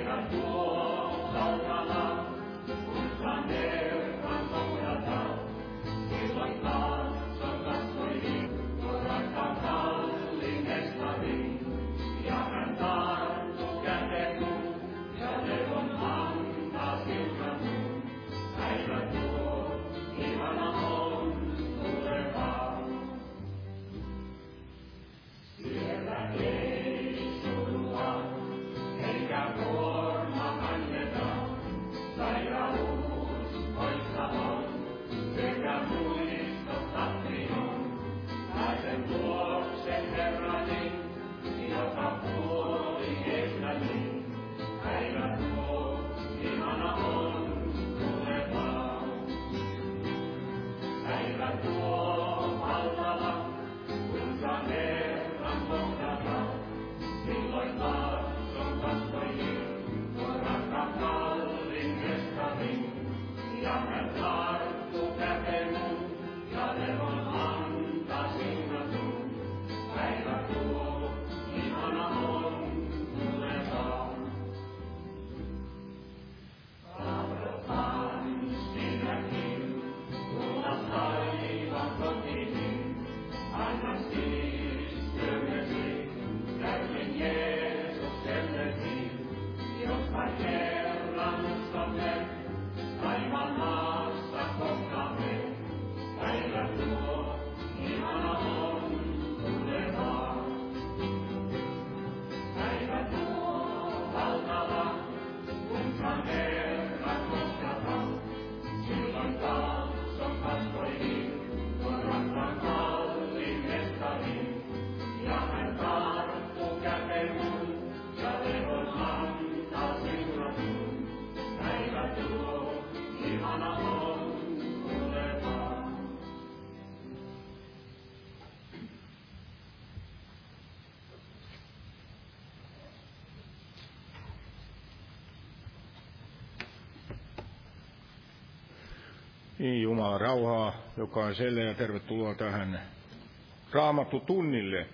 Niin, Jumalan rauhaa jokaiselle ja tervetuloa tähän Raamattu tunnille.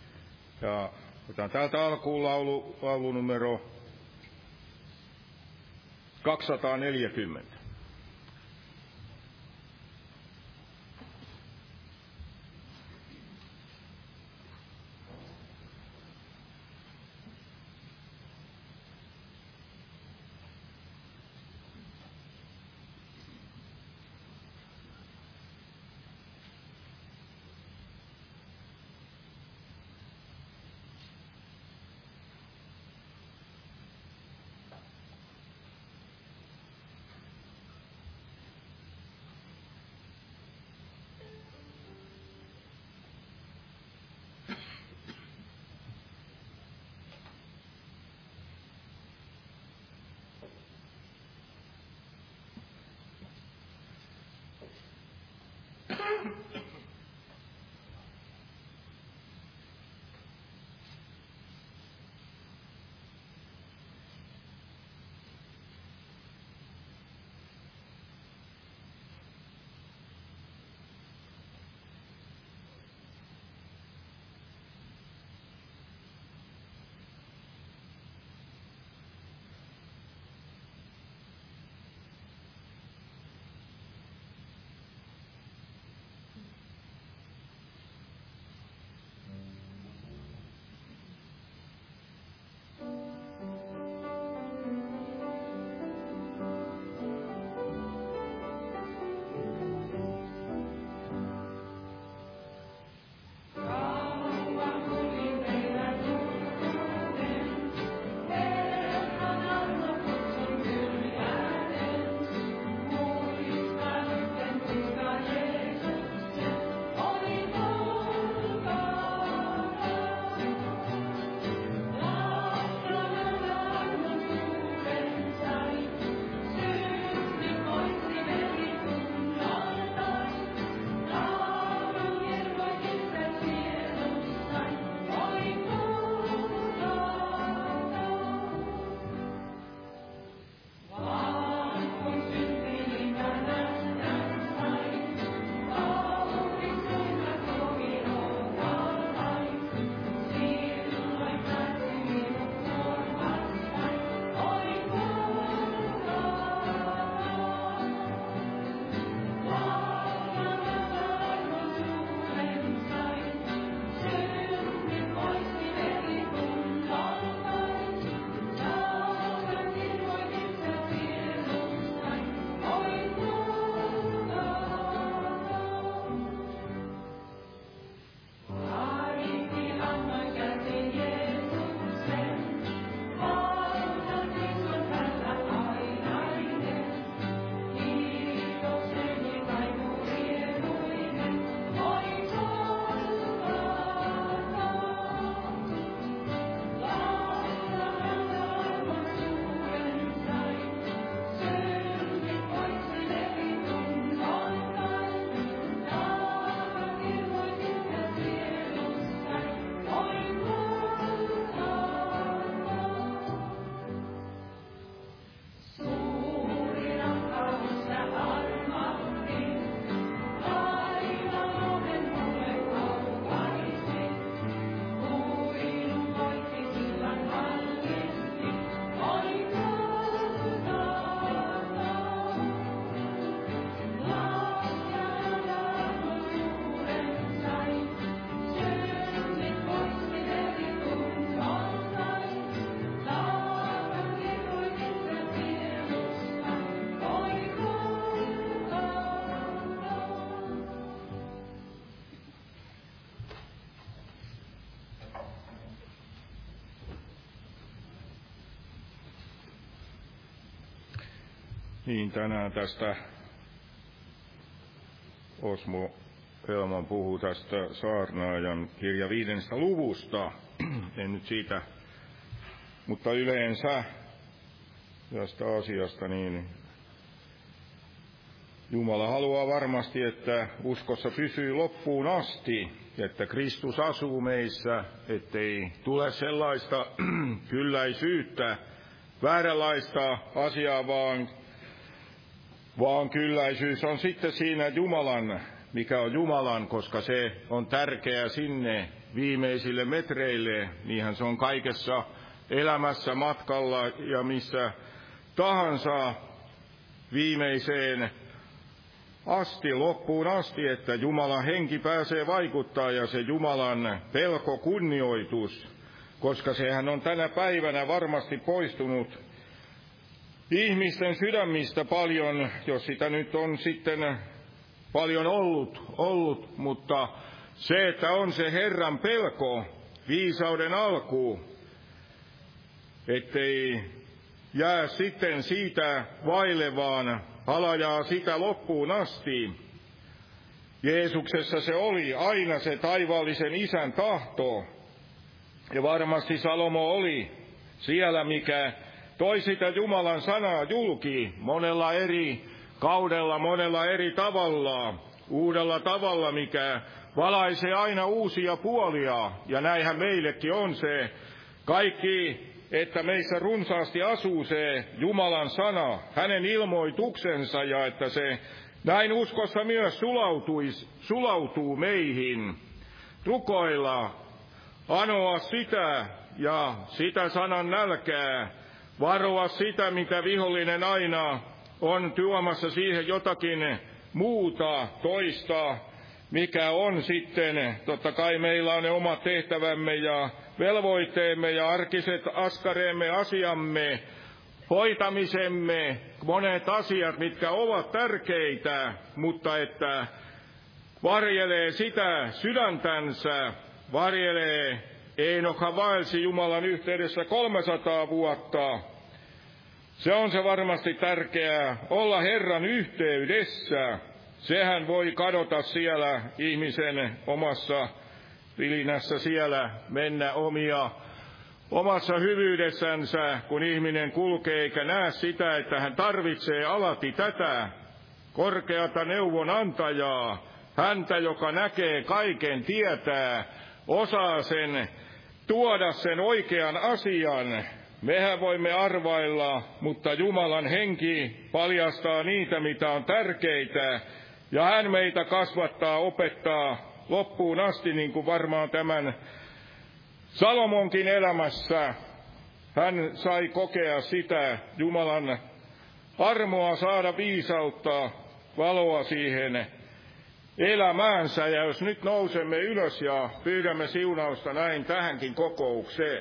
Ja otetaan täältä alkuun laulu numero 240. Niin, tänään tästä Osmo Helman puhuu tästä saarnaajan kirja 5. luvusta. En nyt siitä, mutta yleensä tästä asiasta, niin Jumala haluaa varmasti, että uskossa pysyy loppuun asti, että Kristus asuu meissä, ettei tule sellaista kylläisyyttä, vääränlaista asiaa, vaan kylläisyys on sitten siinä Jumalan, mikä on Jumalan, koska se on tärkeää sinne viimeisille metreille. Niinhän se on kaikessa elämässä, matkalla ja missä tahansa viimeiseen asti, loppuun asti, että Jumalan henki pääsee vaikuttaa ja se Jumalan pelko, kunnioitus, koska sehän on tänä päivänä varmasti poistunut ihmisten sydämistä paljon, jos sitä nyt on sitten paljon ollut, mutta se, että on se Herran pelko, viisauden alku, ettei jää sitten siitä vaille, vaan palajaa sitä loppuun asti. Jeesuksessa se oli aina se taivaallisen Isän tahto, ja varmasti Salomo oli siellä, mikä toi sitä Jumalan sanaa julki monella eri kaudella, monella eri tavalla, uudella tavalla, mikä valaisee aina uusia puolia. Ja näinhän meillekin on se kaikki, että meissä runsaasti asuu se Jumalan sana, hänen ilmoituksensa, ja että se näin uskossa myös sulautuu meihin. Rukoilla, anoa sitä ja sitä sanan nälkää, varoa sitä, mitä vihollinen aina on tuomassa siihen jotakin muuta, toista, mikä on sitten, totta kai meillä on ne omat tehtävämme ja velvoitteemme ja arkiset askareemme, asiamme, hoitamisemme, monet asiat, mitkä ovat tärkeitä, mutta että varjelee sitä sydäntänsä, varjelee. Eenokhan vaelsi Jumalan yhteydessä 300 vuotta. Se on se varmasti tärkeää, olla Herran yhteydessä. Sehän voi kadota siellä ihmisen omassa vilinässä siellä, mennä omassa hyvyydessänsä, kun ihminen kulkee eikä näe sitä, että hän tarvitsee alati tätä korkeata neuvonantajaa, häntä, joka näkee kaiken, tietää, osaa sen, tuoda sen oikean asian. Mehän voimme arvailla, mutta Jumalan henki paljastaa niitä, mitä on tärkeitä, ja hän meitä kasvattaa, opettaa loppuun asti, niin kuin varmaan tämän Salomonkin elämässä. Hän sai kokea sitä Jumalan armoa, saada viisautta, valoa siihen elämäänsä. Ja jos nyt nousemme ylös ja pyydämme siunausta näin tähänkin kokoukseen.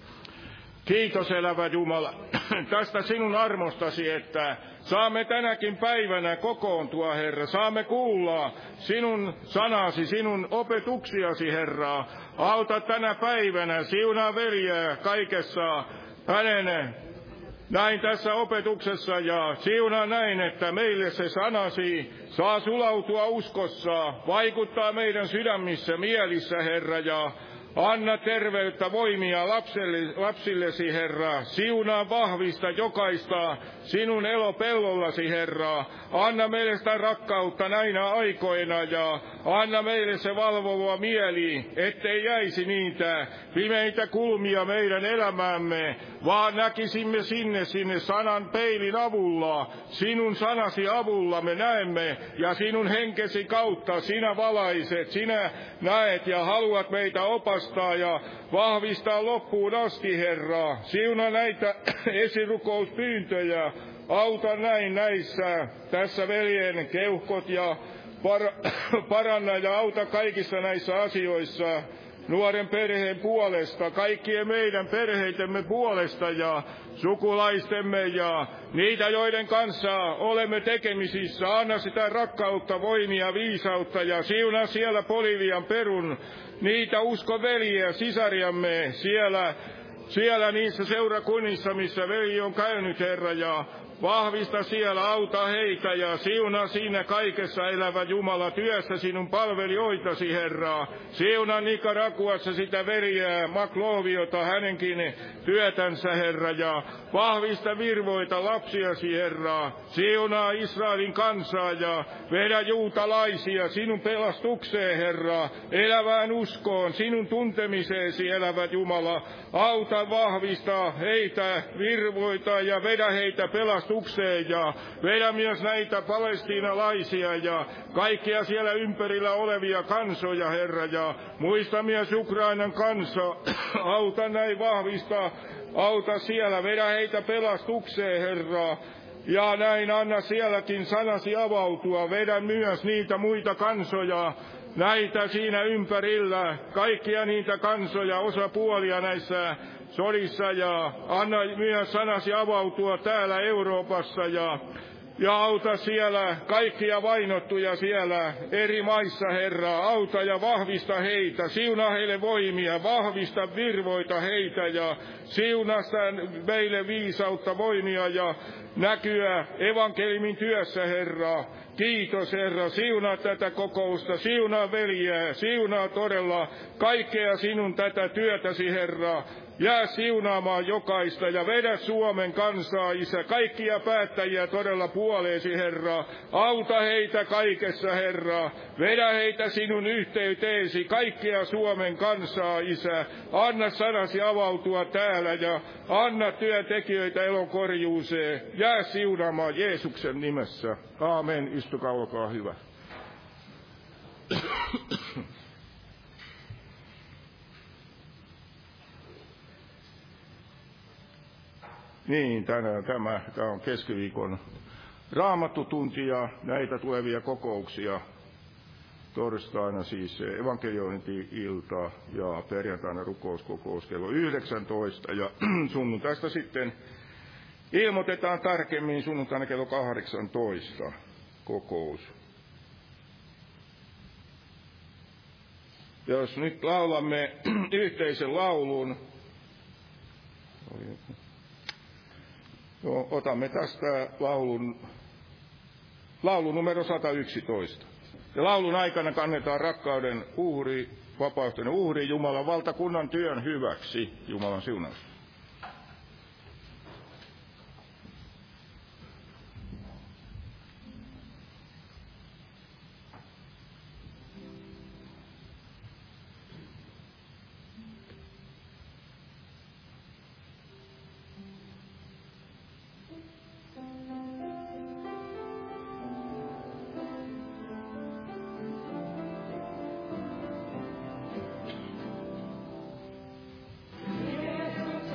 Kiitos elävä Jumala tästä sinun armostasi, että saamme tänäkin päivänä kokoontua, Herra. Saamme kuulla sinun sanasi, sinun opetuksiasi, Herra. Auta tänä päivänä, siunaa veljeä kaikessa hänen näin tässä opetuksessa ja siunaa näin, että meille se sanasi saa sulautua uskossa, vaikuttaa meidän sydämissä, mielissä, Herra, ja anna terveyttä, voimia lapsillesi, Herra. Siunaa vahvista jokaista sinun elopellollasi, Herra. Anna meille sitä rakkautta näinä aikoina ja anna meille se valvova mieli, ettei jäisi niitä pimeitä kulmia meidän elämäämme, vaan näkisimme sinne sanan peilin avulla. Sinun sanasi avulla me näemme ja sinun henkesi kautta sinä valaiset, sinä näet ja haluat meitä opastaa ja vahvistaa loppuun asti, Herra. Siunaa näitä esirukouspyyntöjä. Auta näin näissä, tässä veljen keuhkot ja paranna ja auta kaikissa näissä asioissa. Nuoren perheen puolesta, kaikkien meidän perheitemme puolesta ja sukulaistemme ja niitä, joiden kanssa olemme tekemisissä. Anna sitä rakkautta, voimia, viisautta ja siunaa siellä Bolivian Perun niitä uskoveliä, sisariamme siellä siellä niissä seurakunnissa, missä veli on käynyt, Herra, ja vahvista siellä, auta heitä ja siunaa siinä kaikessa elävä Jumala työssä sinun palvelijoitasi, Herra. Siunaa Nicaraguassa sitä veliä Makloviota, hänenkin työtänsä, Herra, ja vahvista virvoita lapsiasi, Herra. Siunaa Israelin kansaa ja vedä juutalaisia sinun pelastukseen, Herra, elävään uskoon, sinun tuntemiseesi, elävä Jumala. Auta, vahvista heitä virvoita ja vedä heitä pelastukseen ja vedä myös näitä palestiinalaisia ja kaikkia siellä ympärillä olevia kansoja, Herra, ja muista myös Ukrainan kansa. Auta näin, vahvista, auta siellä, vedä heitä pelastukseen, Herra. Ja näin anna sielläkin sanasi avautua, vedä myös niitä muita kansoja, näitä siinä ympärillä, kaikkia niitä kansoja, osapuolia näissä sodissa, ja anna myös sanasi avautua täällä Euroopassa, ja auta siellä kaikkia vainottuja siellä eri maissa, Herra. Auta ja vahvista heitä, siunaa heille voimia, vahvista virvoita heitä ja siunaa meille viisautta, voimia ja näkyä evankeliumin työssä, Herra. Kiitos, Herra, siunaa tätä kokousta, siunaa veljeä, siunaa todella kaikkea sinun tätä työtäsi, Herra. Jää siunaamaan jokaista ja vedä Suomen kansaa, Isä, kaikkia päättäjiä todella puoleesi, Herra. Auta heitä kaikessa, Herra. Vedä heitä sinun yhteyteesi, kaikkia Suomen kansaa, Isä. Anna sanasi avautua täällä ja anna työntekijöitä elonkorjuuseen. Jää siunaamaan Jeesuksen nimessä. Aamen. Istukaa, olkaa hyvä. Niin, tänään tämä on keskiviikon raamattutunti ja näitä tulevia kokouksia. Torstaina siis evankeliointi-ilta ja perjantaina rukouskokous kello 19 ja sunnuntaista sitten ilmoitetaan tarkemmin sunnuntaina kello 18 kokous. Jos nyt laulamme yhteisen laulun, otamme tästä laulun numero 111. Ja laulun aikana kannetaan rakkauden uhri, vapausten uhri Jumalan valtakunnan työn hyväksi. Jumalan siunaus. Jeesus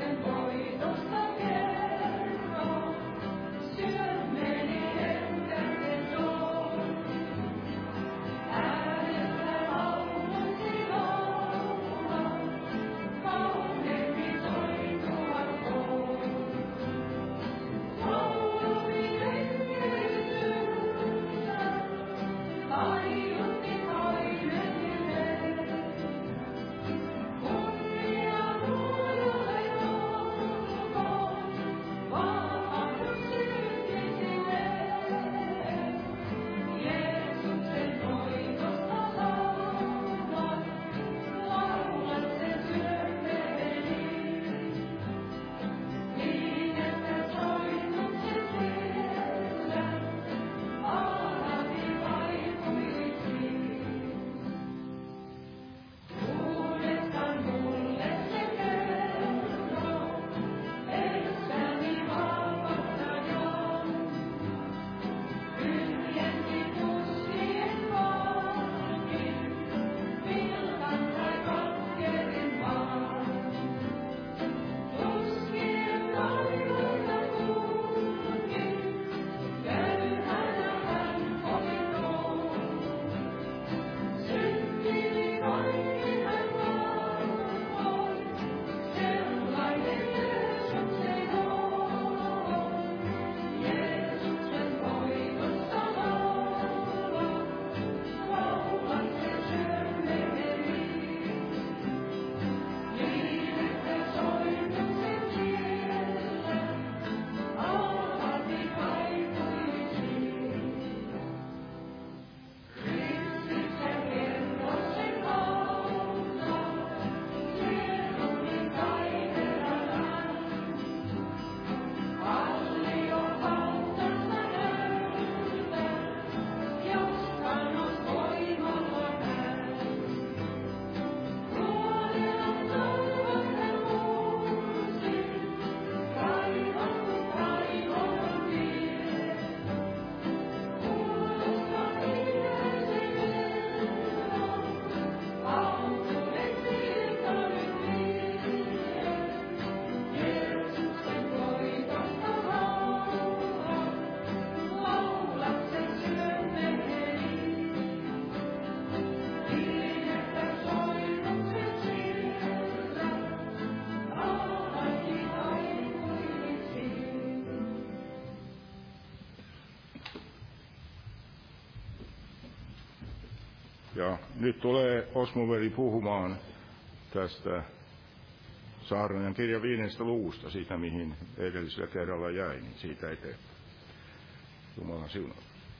Ja nyt tulee Osmo-veli puhumaan tästä Saarnaajan kirjan 5. luvusta, siitä mihin edellisellä kerralla jäi, niin siitä eteenpäin. Jumalan siunaa.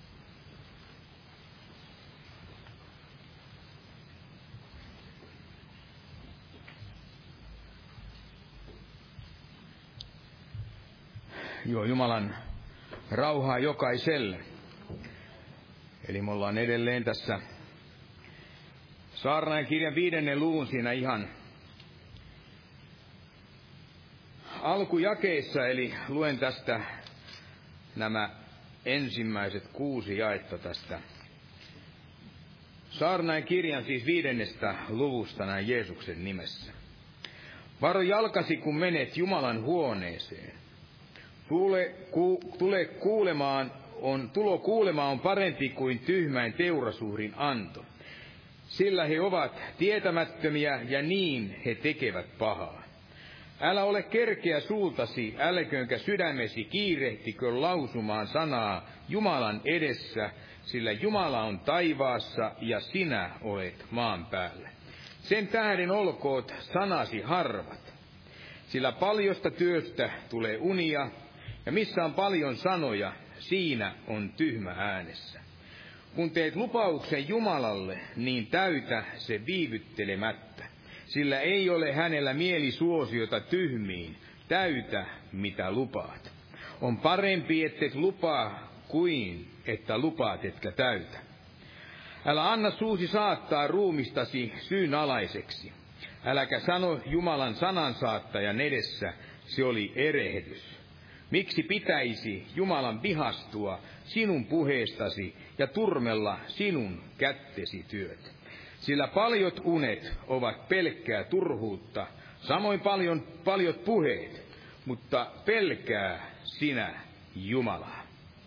Joo, Jumalan rauhaa jokaiselle. Eli me ollaan edelleen tässä Saarnaajan kirjan 5. luvun siinä ihan alkujakeissa, eli luen tästä nämä ensimmäiset 6 jaetta tästä Saarnaajan kirjan siis 5. luvusta näin Jeesuksen nimessä. Varo jalkasi, kun menet Jumalan huoneeseen. Tulo kuulemaan on parempi kuin tyhmäin teurasuhrin anto. Sillä he ovat tietämättömiä ja niin he tekevät pahaa. Älä ole kerkeä suultasi, älköönkä sydämesi kiirehtikö lausumaan sanaa Jumalan edessä, sillä Jumala on taivaassa ja sinä olet maan päällä. Sen tähden olkoot sanasi harvat, sillä paljosta työstä tulee unia, ja missä on paljon sanoja, siinä on tyhmä äänessä. Kun teet lupauksen Jumalalle, niin täytä se viivyttelemättä, sillä ei ole hänellä mielisuosiota tyhmiin, täytä mitä lupaat. On parempi, ettet lupaa, kuin että lupaat, etkä täytä. Älä anna suusi saattaa ruumistasi syynalaiseksi. Äläkä sano Jumalan sanansaattajan edessä, se oli erehdys. Miksi pitäisi Jumalan vihastua sinun puheestasi ja turmella sinun kättesi työt? Sillä paljot unet ovat pelkkää turhuutta, samoin paljot puheet, mutta pelkää sinä Jumalaa.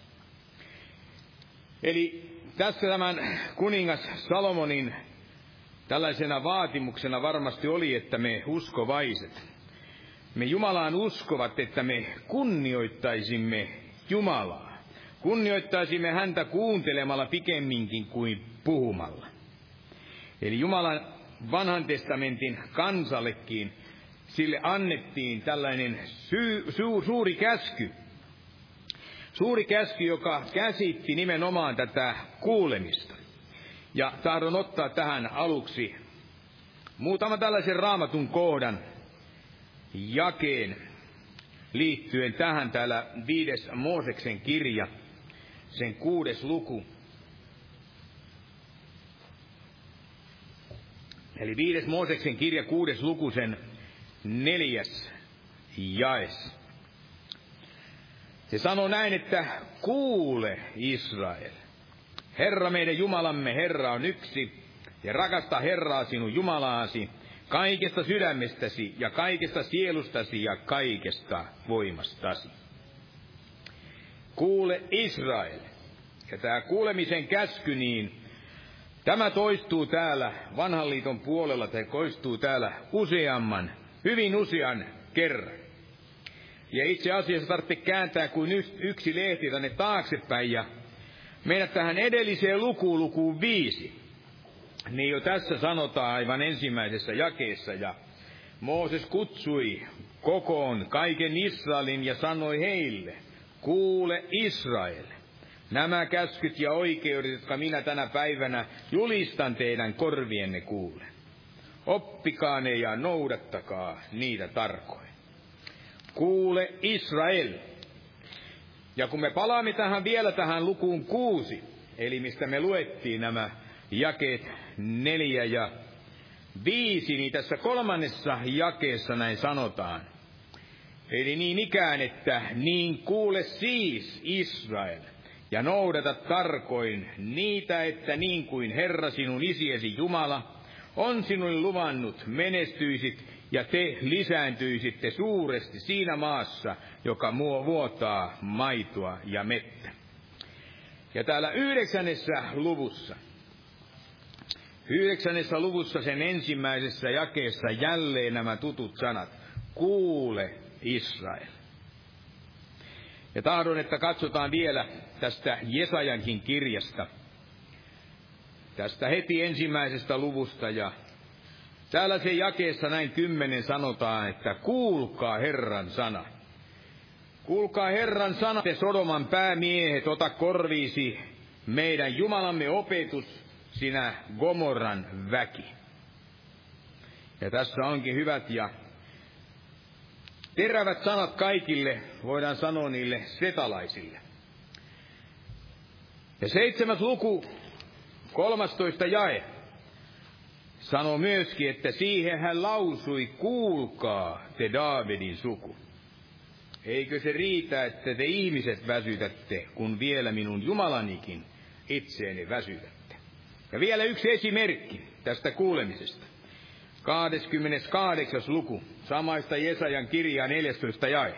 Eli tässä tämän kuningas Salomonin tällaisena vaatimuksena varmasti oli, että me uskovaiset, me Jumalaan uskovat, että me kunnioittaisimme Jumalaa. Kunnioittaisimme häntä kuuntelemalla pikemminkin kuin puhumalla. Eli Jumalan vanhan testamentin sille annettiin tällainen suuri käsky. Suuri käsky, joka käsitti nimenomaan tätä kuulemista. Ja tahdon ottaa tähän aluksi muutaman tällaisen Raamatun kohdan jakeen liittyen tähän täällä 5. Mooseksen kirja, sen 6. luku. Eli 5. Mooseksen kirja, 6. luku, sen 4. jaes. Se sanoo näin, että kuule Israel, Herra meidän Jumalamme, Herra on yksi, ja rakasta Herraa sinun Jumalaasi kaikesta sydämestäsi ja kaikesta sielustasi ja kaikesta voimastasi. Kuule Israel. Ja tämä kuulemisen käsky, niin tämä toistuu täällä vanhan liiton puolella, tai toistuu täällä hyvin usean kerran. Ja itse asiassa tarvitsee kääntää kuin yksi lehti tänne taaksepäin ja mennä tähän edelliseen lukuun 5. Niin jo tässä sanotaan aivan ensimmäisessä jakeessa, ja Mooses kutsui kokoon kaiken Israelin ja sanoi heille, kuule Israel, nämä käskyt ja oikeudet, jotka minä tänä päivänä julistan teidän korvienne kuulen. Oppikaa ne ja noudattakaa niitä tarkoin. Kuule Israel. Ja kun me palaamme vielä tähän lukuun 6, eli mistä me luettiin nämä jakeet 4 ja 5, niin tässä 3. jakeessa näin sanotaan. Eli niin ikään, että niin kuule siis Israel, ja noudata tarkoin niitä, että niin kuin Herra sinun isiesi Jumala on sinulle luvannut, menestyisit ja te lisääntyisitte suuresti siinä maassa, joka vuotaa maitoa ja mettä. Ja täällä 9. luvussa, 9. luvussa sen ensimmäisessä jakeessa jälleen nämä tutut sanat, kuule Israel. Ja tahdon, että katsotaan vielä tästä Jesajankin kirjasta, tästä heti ensimmäisestä luvusta, ja täällä se jakeessa näin 10 sanotaan, että kuulkaa Herran sana. Kuulkaa Herran sana, te Sodoman päämiehet, ota korviisi meidän Jumalamme opetus, sinä Gomorran väki. Ja tässä onkin hyvät ja terävät sanat kaikille, voidaan sanoa niille setalaisille. Ja 7. luku, 13. jae, sanoo myöskin, että siihen hän lausui, kuulkaa te Daavidin suku. Eikö se riitä, että te ihmiset väsytätte, kun vielä minun Jumalanikin itseeni väsytätte? Ja vielä yksi esimerkki tästä kuulemisesta. 28. luku, samaista Jesajan kirjaa 14. jae.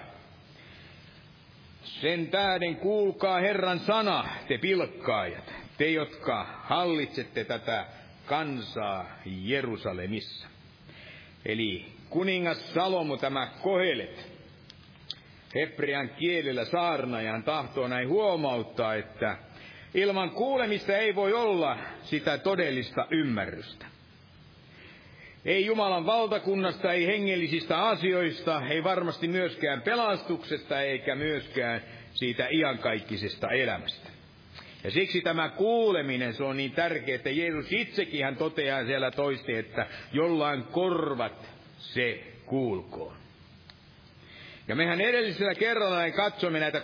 Sen tähden kuulkaa Herran sana, te pilkkaajat, te jotka hallitsette tätä kansaa Jerusalemissa. Eli kuningas Salomo, tämä Kohelet, hebrean kielellä saarnaajan tahtoo näin huomauttaa, että ilman kuulemista ei voi olla sitä todellista ymmärrystä. Ei Jumalan valtakunnasta, ei hengellisistä asioista, ei varmasti myöskään pelastuksesta, eikä myöskään siitä iankaikkisesta elämästä. Ja siksi tämä kuuleminen, se on niin tärkeää, että Jeesus itsekin hän toteaa siellä toiste, että jollain korvat se kuulkoon. Ja mehän edellisellä kerralla katsomme näitä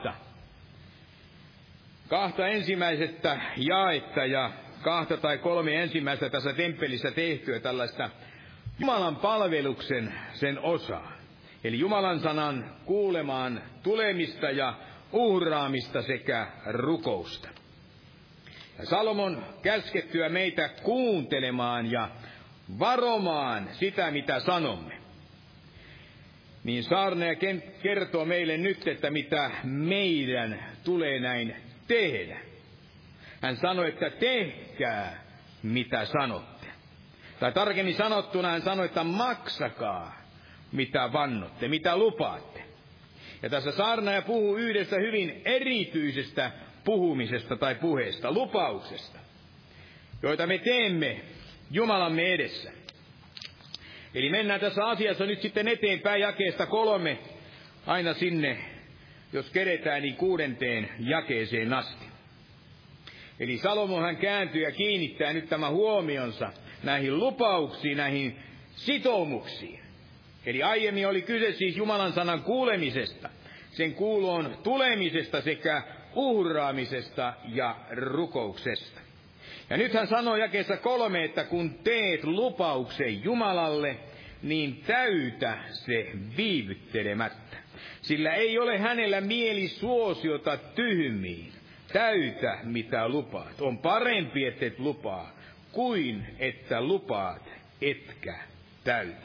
kahta ensimmäisestä jaetta ja 2 tai 3 ensimmäistä tässä temppelissä tehtyä tällaista Jumalan palveluksen sen osaa. Eli Jumalan sanan kuulemaan tulemista ja uhraamista sekä rukousta. Ja Salomon käskettyä meitä kuuntelemaan ja varomaan sitä, mitä sanomme. Niin saarnaaja kertoo meille nyt, että mitä meidän tulee näin tehdä. Hän sanoi, että tehkää mitä sanotte. Tai tarkemmin sanottuna hän sanoi, että maksakaa mitä vannotte, mitä lupaatte. Ja tässä saarnaaja puhuu yhdestä hyvin erityisestä puhumisesta tai puheesta, lupauksesta, joita me teemme Jumalamme edessä. Eli mennään tässä asiassa nyt sitten eteenpäin jakeesta 3 aina sinne, jos kedetään, niin 6. jakeeseen asti. Eli Salomo hän kääntyy ja kiinnittää nyt tämän huomionsa näihin lupauksiin, näihin sitoumuksiin. Eli aiemmin oli kyse siis Jumalan sanan kuulemisesta, sen kuuloon tulemisesta sekä uhraamisesta ja rukouksesta. Ja nyt hän sanoo jakeessa 3, että kun teet lupauksen Jumalalle, niin täytä se viivyttelemättä. Sillä ei ole hänellä mieli suosiota tyhmiin. Täytä mitä lupaat. On parempi, että et lupaa, kuin että lupaat etkä täytä.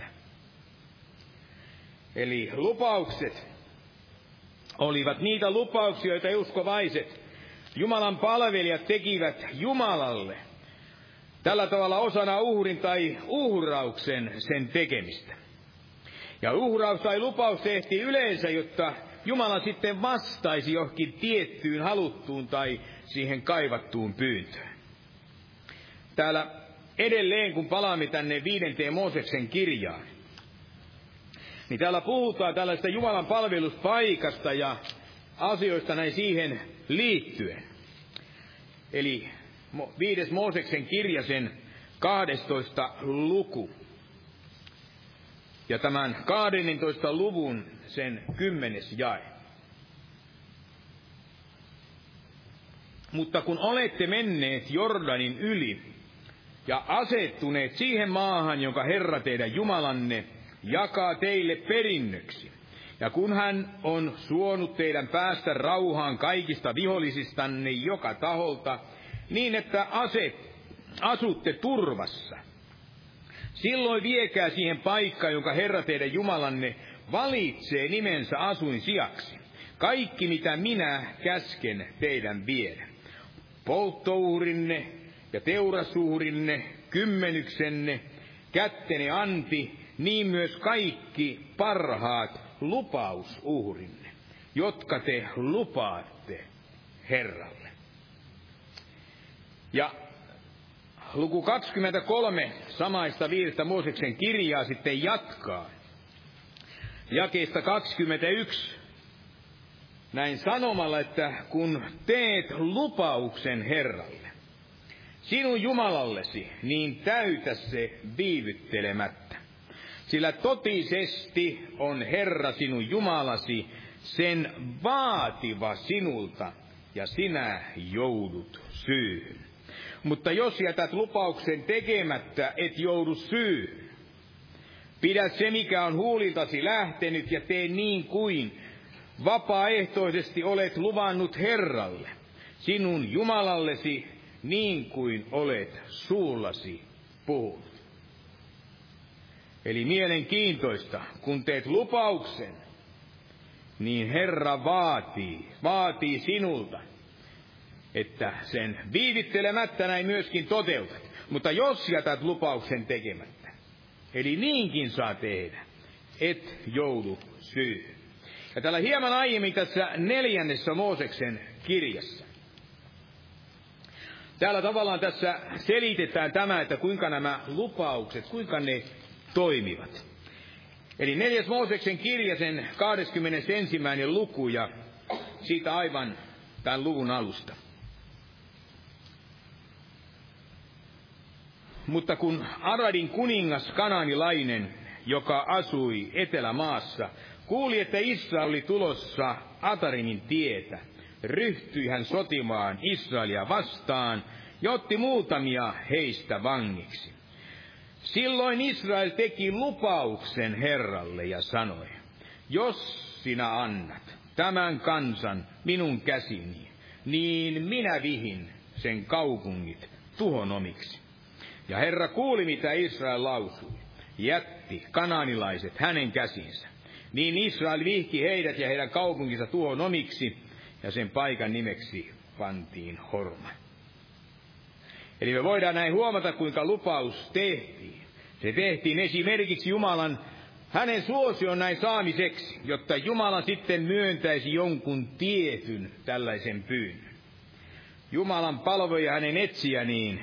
Eli lupaukset olivat niitä lupauksia, joita uskovaiset Jumalan palvelijat tekivät Jumalalle. Tällä tavalla osana uhrin tai uhrauksen sen tekemistä. Ja uhraus tai lupaus tehtiin yleensä, jotta Jumala sitten vastaisi johonkin tiettyyn haluttuun tai siihen kaivattuun pyyntöön. Täällä edelleen, kun palaamme tänne 5. Mooseksen kirjaan, niin täällä puhutaan tällaista Jumalan palveluspaikasta ja asioista näin siihen liittyen. Eli 5. Mooseksen kirja, sen 12. luku. Ja tämän 12. luvun sen 10. jae. Mutta kun olette menneet Jordanin yli ja asettuneet siihen maahan, jonka Herra teidän Jumalanne jakaa teille perinnöksi, ja kun hän on suonut teidän päästä rauhaan kaikista vihollisistanne joka taholta, niin että asutte turvassa, silloin viekää siihen paikkaan, jonka Herra teidän Jumalanne valitsee nimensä asuinsijaksi. Kaikki, mitä minä käsken teidän viedä. Polttouhrinne ja teurasuhrinne, kymmenyksenne, kättene anti, niin myös kaikki parhaat lupausuhrinne, jotka te lupaatte Herralle. Ja luku 23 samaista 5 Mooseksen kirjaa sitten jatkaa. Jakeesta 21 näin sanomalla, että kun teet lupauksen Herralle, sinun Jumalallesi, niin täytä se viivyttelemättä. Sillä totisesti on Herra sinun Jumalasi sen vaativa sinulta, ja sinä joudut syyhyn. Mutta jos jätät lupauksen tekemättä, et joudu syyhyn. Pidä se, mikä on huuliltasi lähtenyt, ja tee niin kuin vapaaehtoisesti olet luvannut Herralle, sinun Jumalallesi, niin kuin olet suullasi puhunut. Eli mielenkiintoista, kun teet lupauksen, niin Herra vaatii sinulta, että sen viivittelemättä näin myöskin toteutat. Mutta jos jätät lupauksen tekemättä, eli niinkin saa tehdä, et joudu syyhyn. Ja täällä hieman aiemmin tässä 4. Mooseksen kirjassa. Täällä tavallaan tässä selitetään tämä, että kuinka nämä lupaukset, kuinka ne toimivat. Eli 4. Mooseksen kirja, sen 21. luku, ja siitä aivan tämän luvun alusta. Mutta kun Aradin kuningas kanaanilainen, joka asui etelämaassa, kuuli, että Israel oli tulossa Atarimin tietä, ryhtyi hän sotimaan Israelia vastaan ja otti muutamia heistä vangiksi. Silloin Israel teki lupauksen Herralle ja sanoi, jos sinä annat tämän kansan minun käsini, niin minä vihin sen kaupungit tuhon omiksi. Ja Herra kuuli, mitä Israel lausui, jätti kanaanilaiset hänen käsinsä. Niin Israel vihki heidät ja heidän kaupunkinsa tuhon omiksi, ja sen paikan nimeksi pantiin Horma. Eli me voidaan näin huomata, kuinka lupaus tehtiin. Se tehtiin esimerkiksi Jumalan, hänen suosion näin saamiseksi, jotta Jumala sitten myöntäisi jonkun tietyn tällaisen pyynnön. Jumalan palvoja hänen etsiä, niin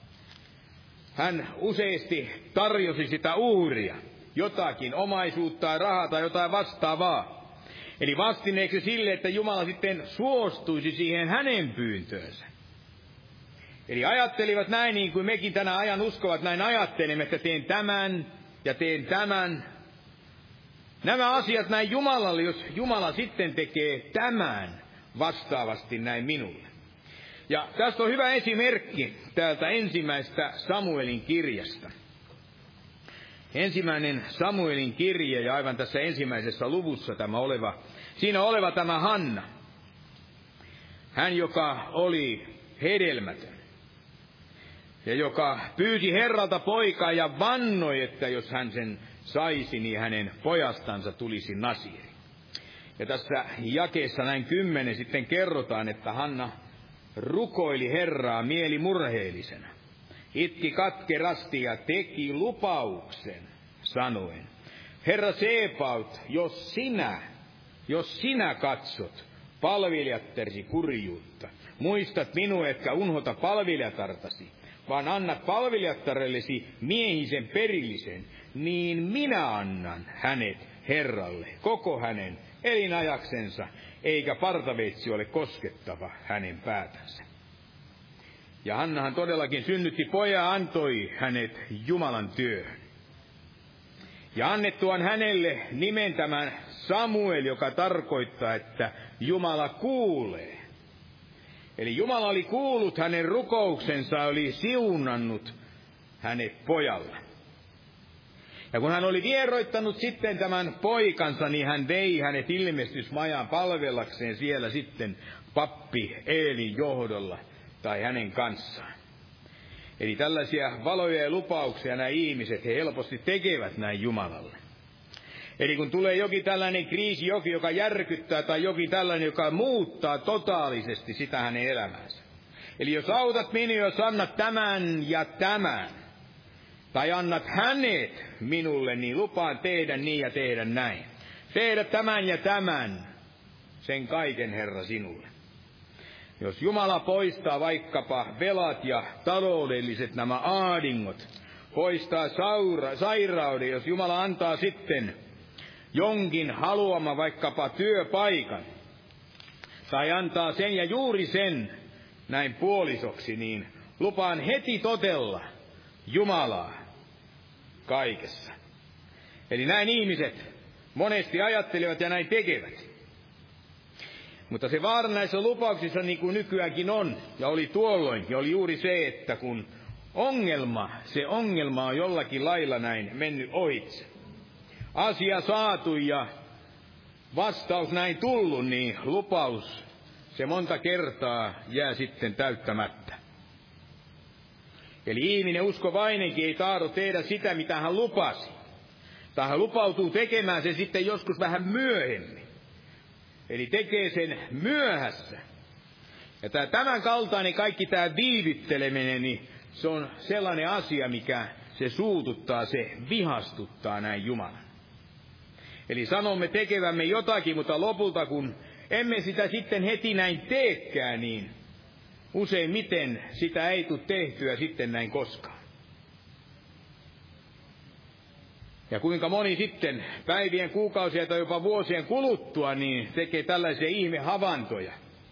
hän useasti tarjosi sitä uhria, jotakin omaisuutta, rahaa tai jotain vastaavaa. Eli vastineeksi sille, että Jumala sitten suostuisi siihen hänen pyyntöönsä. Eli ajattelivat näin, niin kuin mekin tänä ajan uskovat, näin ajattelemme, että teen tämän ja teen tämän. Nämä asiat näin Jumalalle, jos Jumala sitten tekee tämän vastaavasti näin minulle. Ja tästä on hyvä esimerkki täältä 1. Samuelin kirjasta. 1. Samuelin kirje, ja aivan tässä 1. luvussa siinä oleva tämä Hanna. Hän, joka oli hedelmätön. Ja joka pyysi Herralta poikaa ja vannoi, että jos hän sen saisi, niin hänen pojastansa tulisi nasiiri. Ja tässä jakeessa näin 10 sitten kerrotaan, että Hanna rukoili Herraa mielimurheellisena. Itki katkerasti ja teki lupauksen, sanoen, Herra Sebaot, jos sinä katsot palvelijattersi kurjuutta, muistat minua, etkä unhota palvelijatartasi, vaan annat palvelijattarellesi miehisen perillisen, niin minä annan hänet Herralle, koko hänen elinajaksensa, eikä partaveitsi ole koskettava hänen päätänsä. Ja Hannahan todellakin synnytti pojan ja antoi hänet Jumalan työhön. Ja annettuaan hänelle nimen tämän Samuel, joka tarkoittaa, että Jumala kuulee. Eli Jumala oli kuullut hänen rukouksensa, oli siunannut hänet pojalla. Ja kun hän oli vieroittanut sitten tämän poikansa, niin hän vei hänet ilmestysmajaan palvellakseen siellä sitten pappi Eelin johdolla tai hänen kanssaan. Eli tällaisia valoja ja lupauksia nämä ihmiset, he helposti tekevät näin Jumalalle. Eli kun tulee jokin tällainen kriisi, jokin, joka järkyttää, tai jokin tällainen, joka muuttaa totaalisesti sitä hänen elämäänsä. Eli jos autat minua, jos annat tämän ja tämän, tai annat hänet minulle, niin lupaan tehdä niin ja tehdä näin. Tehdä tämän ja tämän, sen kaiken Herra sinulle. Jos Jumala poistaa vaikkapa velat ja taloudelliset nämä ahdingot, poistaa sairauden, jos Jumala antaa sitten jonkin haluama vaikkapa työpaikan, tai antaa sen ja juuri sen näin puolisoksi, niin lupaan heti totella Jumalaa kaikessa. Eli näin ihmiset monesti ajattelevat ja näin tekevät. Mutta se vaara näissä lupauksissa, niin kuin nykyäänkin on, ja oli tuolloinkin, oli juuri se, että kun se ongelma on jollakin lailla näin mennyt ohitse. Asia saatu ja vastaus näin tullut, niin lupaus, se monta kertaa jää sitten täyttämättä. Eli ihminen uskovainenkin ei tahdo tehdä sitä, mitä hän lupasi. Tai hän lupautuu tekemään sen sitten joskus vähän myöhemmin. Eli tekee sen myöhässä. Ja tämän kaltainen kaikki tämä viivytteleminen, niin se on sellainen asia, mikä se suututtaa, se vihastuttaa näin Jumalan. Eli sanomme tekevämme jotakin, mutta lopulta kun emme sitä sitten heti näin teekään, niin useimmiten sitä ei tule tehtyä sitten näin koskaan. Ja kuinka moni sitten päivien, kuukausien tai jopa vuosien kuluttua, niin tekee tällaisia ihmehavaintoja.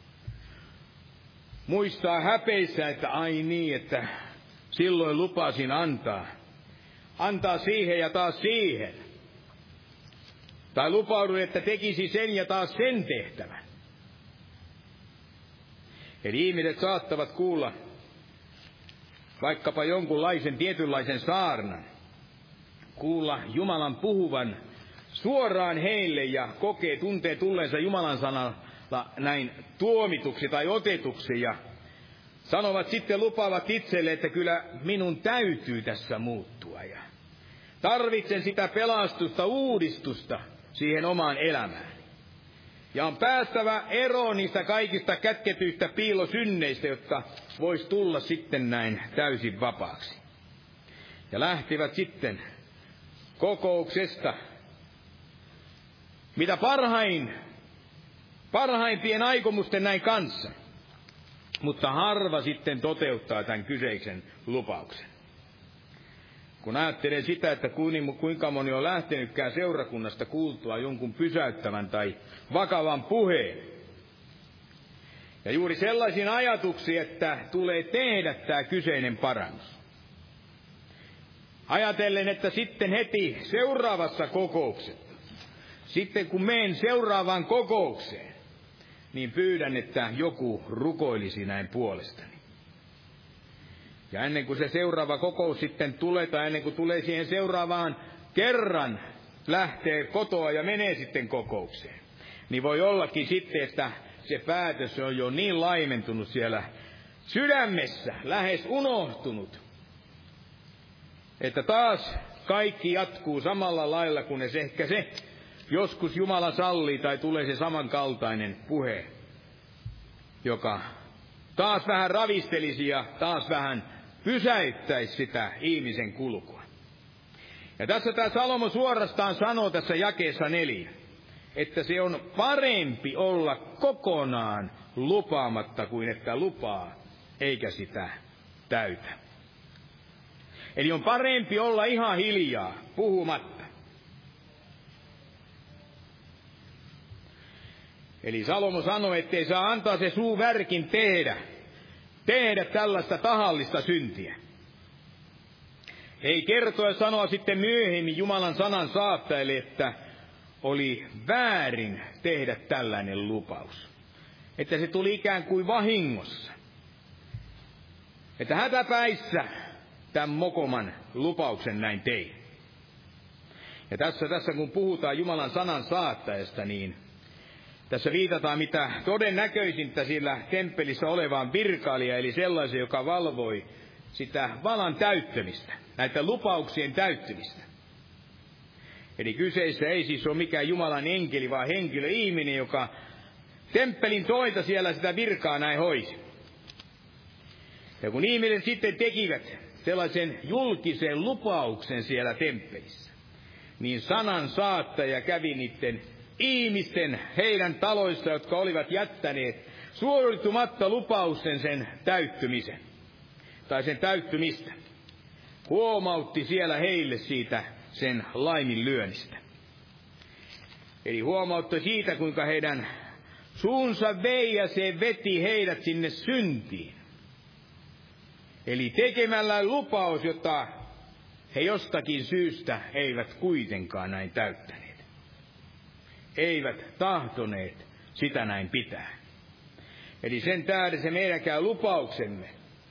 Muistaa häpeissä, että ai niin, että silloin lupasin antaa. Antaa siihen ja taas siihen. Tai lupauduin, että tekisi sen ja taas sen tehtävän. Eli ihmiset saattavat kuulla vaikkapa jonkunlaisen tietynlaisen saarnan. Kuulla Jumalan puhuvan suoraan heille ja tuntee tulleensa Jumalan sanalla näin tuomituksi tai otetuksi ja sanovat sitten, lupaavat itselle, että kyllä minun täytyy tässä muuttua ja tarvitsen sitä pelastusta, uudistusta siihen omaan elämään. Ja on päästävä eroon niistä kaikista kätketyistä piilosynneistä, jotka vois tulla sitten näin täysin vapaaksi. Ja lähtivät sitten kokouksesta mitä parhaimpien aikomusten näin kanssa, mutta harva sitten toteuttaa tämän kyseisen lupauksen. Kun ajattelee sitä, että kuinka moni on lähtenytkään seurakunnasta kuultua jonkun pysäyttävän tai vakavan puheen. Ja juuri sellaisiin ajatuksiin, että tulee tehdä tämä kyseinen parannus. Ajatellen, että sitten heti seuraavassa kokouksessa, sitten kun menen seuraavaan kokoukseen, niin pyydän, että joku rukoilisi näin puolestani. Ja ennen kuin se seuraava kokous sitten tulee, tai ennen kuin tulee siihen seuraavaan kerran, lähtee kotoa ja menee sitten kokoukseen, niin voi ollakin sitten, että se päätös on jo niin laimentunut siellä sydämessä, lähes unohtunut, että taas kaikki jatkuu samalla lailla, kunnes ehkä se joskus Jumala sallii tai tulee se samankaltainen puhe, joka taas vähän ravistelisi ja taas vähän pysäyttäisi sitä ihmisen kulkua. Ja tässä tämä Salomo suorastaan sanoo tässä jakeessa 4, että se on parempi olla kokonaan lupaamatta kuin että lupaa eikä sitä täytä. Eli on parempi olla ihan hiljaa, puhumatta. Eli Salomo sanoi, ettei saa antaa se suu värkin tehdä tällaista tahallista syntiä. Ei kertoa ja sanoa sitten myöhemmin Jumalan sanan saattajille, että oli väärin tehdä tällainen lupaus. Että se tuli ikään kuin vahingossa. Että hätäpäissä tämän mokoman lupauksen näin tein. Ja tässä kun puhutaan Jumalan sanan saattajasta, niin tässä viitataan mitä todennäköisintä sillä temppelissä olevaan virkailijaan, eli sellaisen, joka valvoi sitä valan täyttämistä, näitä lupauksien täyttämistä. Eli kyseessä ei siis ole mikään Jumalan enkeli, vaan henkilö, ihminen, joka temppelin toita siellä sitä virkaa näin hoisi. Ja kun ihmiset sitten tekivät sellaisen julkisen lupauksen siellä temppelissä, niin sanan saattaja kävi niiden ihmisten heidän taloissa, jotka olivat jättäneet suorittamatta lupausten sen täyttymisen, tai sen täyttymistä. Huomautti siellä heille siitä sen laiminlyönnistä. Eli huomautti siitä, kuinka heidän suunsa vei ja se veti heidät sinne syntiin. Eli tekemällä lupaus, jota he jostakin syystä eivät kuitenkaan näin täyttäneet. Eivät tahtoneet sitä näin pitää. Eli sen tähden se meidänkään lupauksemme,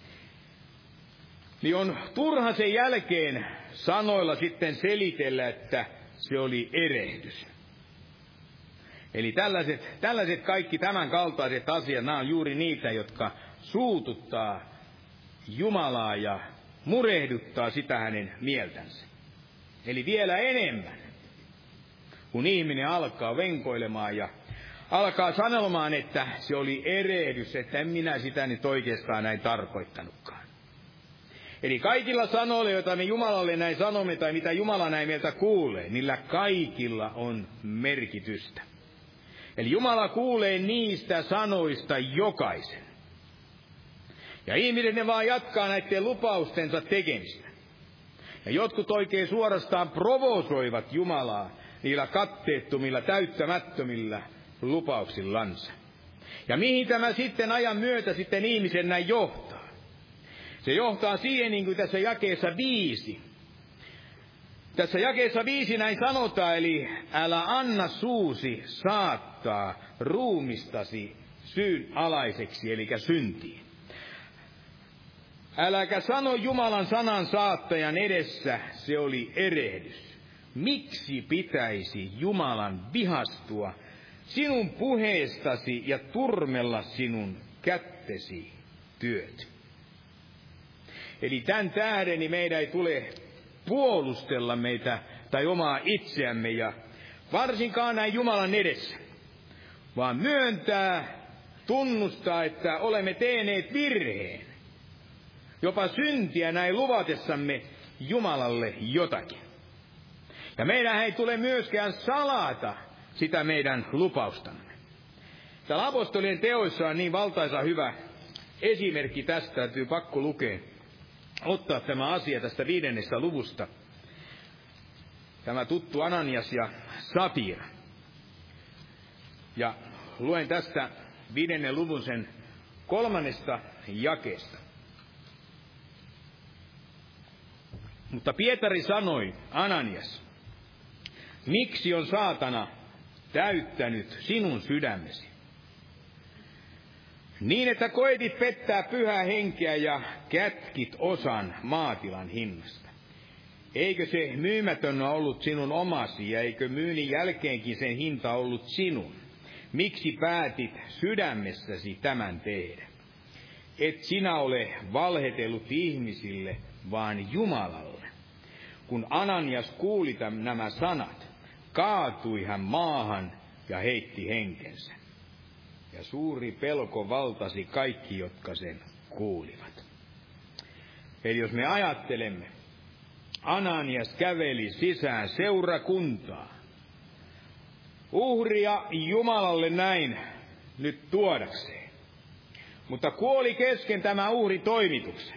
niin on turha sen jälkeen sanoilla sitten selitellä, että se oli erehdys. Eli tällaiset kaikki tämän kaltaiset asiat, nämä on juuri niitä, jotka suututtaa Jumalaa ja murehduttaa sitä hänen mieltänsä. Eli vielä enemmän, kun ihminen alkaa venkoilemaan ja alkaa sanomaan, että se oli erehdys, että en minä sitä nyt oikeastaan näin tarkoittanutkaan. Eli kaikilla sanoilla, joita me Jumalalle näin sanomme, tai mitä Jumala näin meiltä kuulee, niillä kaikilla on merkitystä. Eli Jumala kuulee niistä sanoista jokaisen. Ja ihmiset ne vaan jatkaa näiden lupaustensa tekemistä. Ja jotkut oikein suorastaan provosoivat Jumalaa niillä katteettomilla, täyttämättömillä lupauksillansa. Ja mihin tämä sitten ajan myötä sitten ihmisen näin johtaa? Se johtaa siihen, niin kuin tässä jakeessa 5. Tässä jakeessa 5 näin sanotaan, eli älä anna suusi saattaa ruumistasi syyn alaiseksi, eli syntiin. Äläkä sano Jumalan sanan saattajan edessä, se oli erehdys. Miksi pitäisi Jumalan vihastua sinun puheestasi ja turmella sinun kättesi työt? Eli tämän tähden niin meidän ei tule puolustella meitä tai omaa itseämme ja varsinkaan näin Jumalan edessä, vaan myöntää, tunnustaa, että olemme tehneet virheen. Jopa syntiä näin luvatessamme Jumalalle jotakin. Ja meidän ei tule myöskään salata sitä meidän lupaustamme. Täällä apostolien teoissa on niin valtaisa hyvä esimerkki tästä, täytyy pakko lukea, ottaa tämä asia tästä 5. luvusta. Tämä tuttu Ananias ja Safira. Ja luen tästä 5. luvun sen 3. jakeesta. Mutta Pietari sanoi, Ananias, miksi on saatana täyttänyt sinun sydämesi? Niin, että koetit pettää pyhää henkeä ja kätkit osan maatilan hinnasta. Eikö se myymätön ollut sinun omasi, ja eikö myynnin jälkeenkin sen hinta ollut sinun? Miksi päätit sydämessäsi tämän tehdä? Et sinä ole valhetellut ihmisille, vaan Jumalalle. Kun Ananias kuuli nämä sanat, kaatui hän maahan ja heitti henkensä. Ja suuri pelko valtasi kaikki, jotka sen kuulivat. Eli jos me ajattelemme, Ananias käveli sisään seurakuntaa, uhria Jumalalle näin nyt tuodakseen, mutta kuoli kesken tämä uhri toimituksen.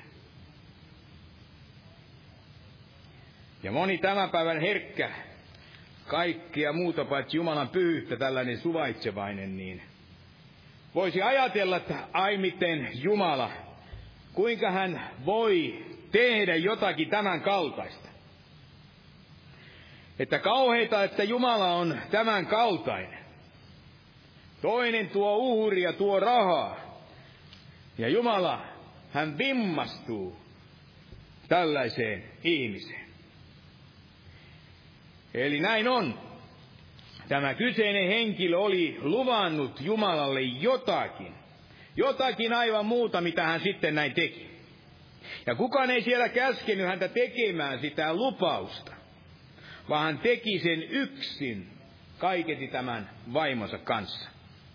Ja moni tämän päivän herkkä, kaikkia muuta paitsi Jumalan pyhyyttä tällainen suvaitsevainen, niin voisi ajatella, että ai miten Jumala, kuinka hän voi tehdä jotakin tämän kaltaista. Että kauheita, että Jumala on tämän kaltainen. Toinen tuo uhria, tuo rahaa. Ja Jumala, hän vimmastuu tällaiseen ihmiseen. Eli näin on. Tämä kyseinen henkilö oli luvannut Jumalalle jotakin. Jotakin aivan muuta, mitä hän sitten näin teki. Ja kukaan ei siellä käskenyt häntä tekemään sitä lupausta, vaan hän teki sen yksin kaiketi tämän vaimonsa kanssa.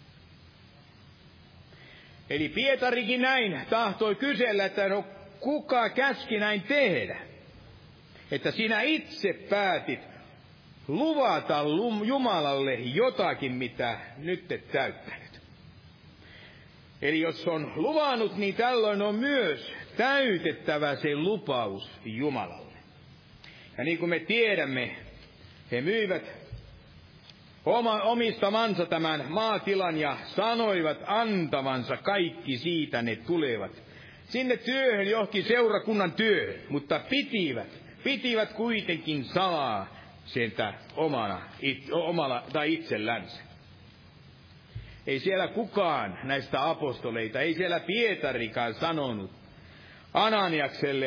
Eli Pietarikin näin tahtoi kysellä, että no kuka käski näin tehdä? Että sinä itse päätit luvata Jumalalle jotakin, mitä nyt et täyttänyt. Eli jos on luvannut, niin tällöin on myös täytettävä se lupaus Jumalalle. Ja niin kuin me tiedämme, he myivät omistamansa tämän maatilan ja sanoivat antavansa kaikki siitä ne tulevat sinne työhön, johonkin seurakunnan työhön, mutta pitivät kuitenkin salaa sieltä omalla tai itsellänsä. Ei siellä kukaan näistä apostoleita, ei siellä Pietarikaan sanonut Ananiakselle,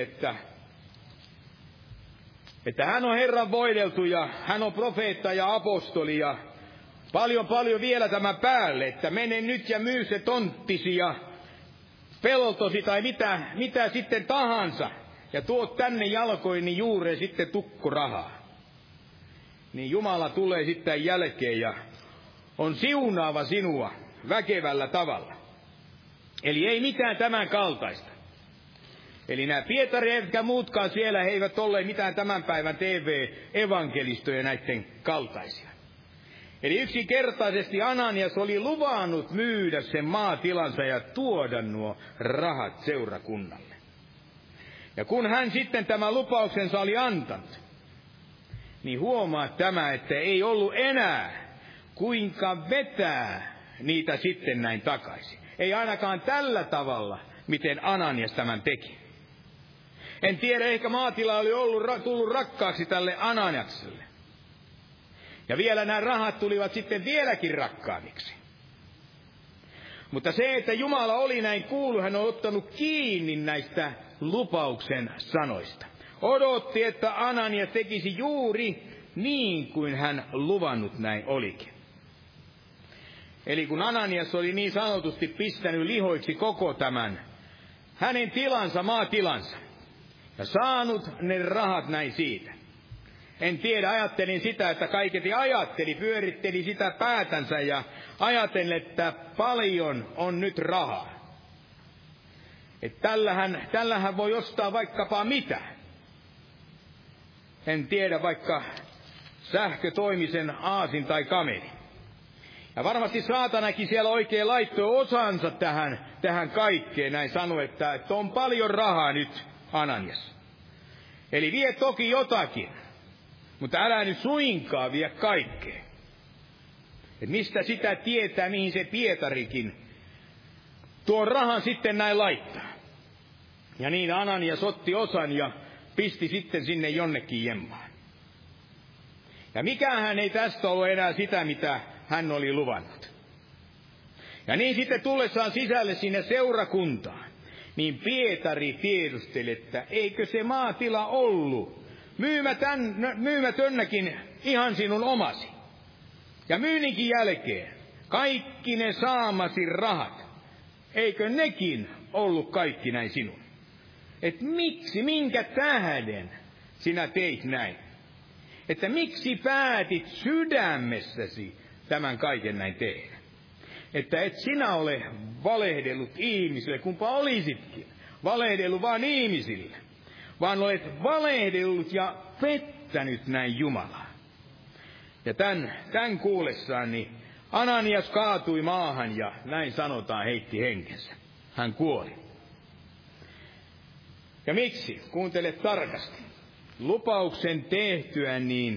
että hän on Herran voideltu ja hän on profeetta ja apostoli ja paljon vielä tämän päälle, että mene nyt ja myy se tonttisi ja peltosi tai mitä sitten tahansa ja tuot tänne jalkoini juureen sitten tukkurahaa. Niin Jumala tulee sitten jälkeen ja on siunaava sinua väkevällä tavalla. Eli ei mitään tämän kaltaista. Eli nämä Pietari eivätkä muutkaan siellä, he eivät olleet mitään tämän päivän TV-evankelistoja näiden kaltaisia. Eli yksinkertaisesti Ananias oli luvannut myydä sen maatilansa ja tuoda nuo rahat seurakunnalle. Ja kun hän sitten tämän lupauksensa oli antanut, niin huomaa tämä, että ei ollut enää kuinka vetää niitä sitten näin takaisin. Ei ainakaan tällä tavalla, miten Ananias tämän teki. En tiedä, ehkä maatila oli tullut rakkaaksi tälle Ananiakselle. Ja vielä nämä rahat tulivat sitten vieläkin rakkaammiksi. Mutta se, että Jumala oli näin kuullut, hän on ottanut kiinni näistä lupauksen sanoista. Odotti, että Ananias tekisi juuri niin kuin hän luvannut näin olikin. Eli kun Ananias oli niin sanotusti pistänyt lihoiksi koko tämän hänen maatilansa, ja saanut ne rahat näin siitä. En tiedä, ajattelin sitä, että kaiketi pyöritteli sitä päätänsä ja ajattelin, että paljon on nyt rahaa. Että tällähän voi ostaa vaikkapa mitä. En tiedä, vaikka sähkötoimisen aasin tai kameli. Ja varmasti saatanakin siellä oikein laittoi osansa tähän kaikkeen, näin sanoi, että on paljon rahaa nyt, Ananias. Eli vie toki jotakin, mutta älä nyt suinkaan vie kaikkea. Et mistä sitä tietää, mihin se Pietarikin tuon rahan sitten näin laittaa. Ja niin Ananias otti osan ja pisti sitten sinne jonnekin jemmaan. Ja mikähän ei tästä ollut enää sitä, mitä hän oli luvannut. Ja niin sitten tullessaan sisälle sinne seurakuntaan, niin Pietari tiedusteli, että eikö se maatila ollut myymätönnäkin ihan sinun omasi. Ja myynninkin jälkeen kaikki ne saamasi rahat, eikö nekin ollut kaikki näin sinun? Että minkä tähden sinä teit näin? Että miksi päätit sydämessäsi tämän kaiken näin tehdä? Että et sinä ole valehdellut ihmisille, kumpa olisitkin valehdellut vaan ihmisille, vaan olet valehdellut ja pettänyt näin Jumalaa. Ja tämän kuullessaan niin Ananias kaatui maahan ja näin sanotaan heitti henkensä. Hän kuoli. Ja miksi? Kuuntele tarkasti. Lupauksen tehtyä niin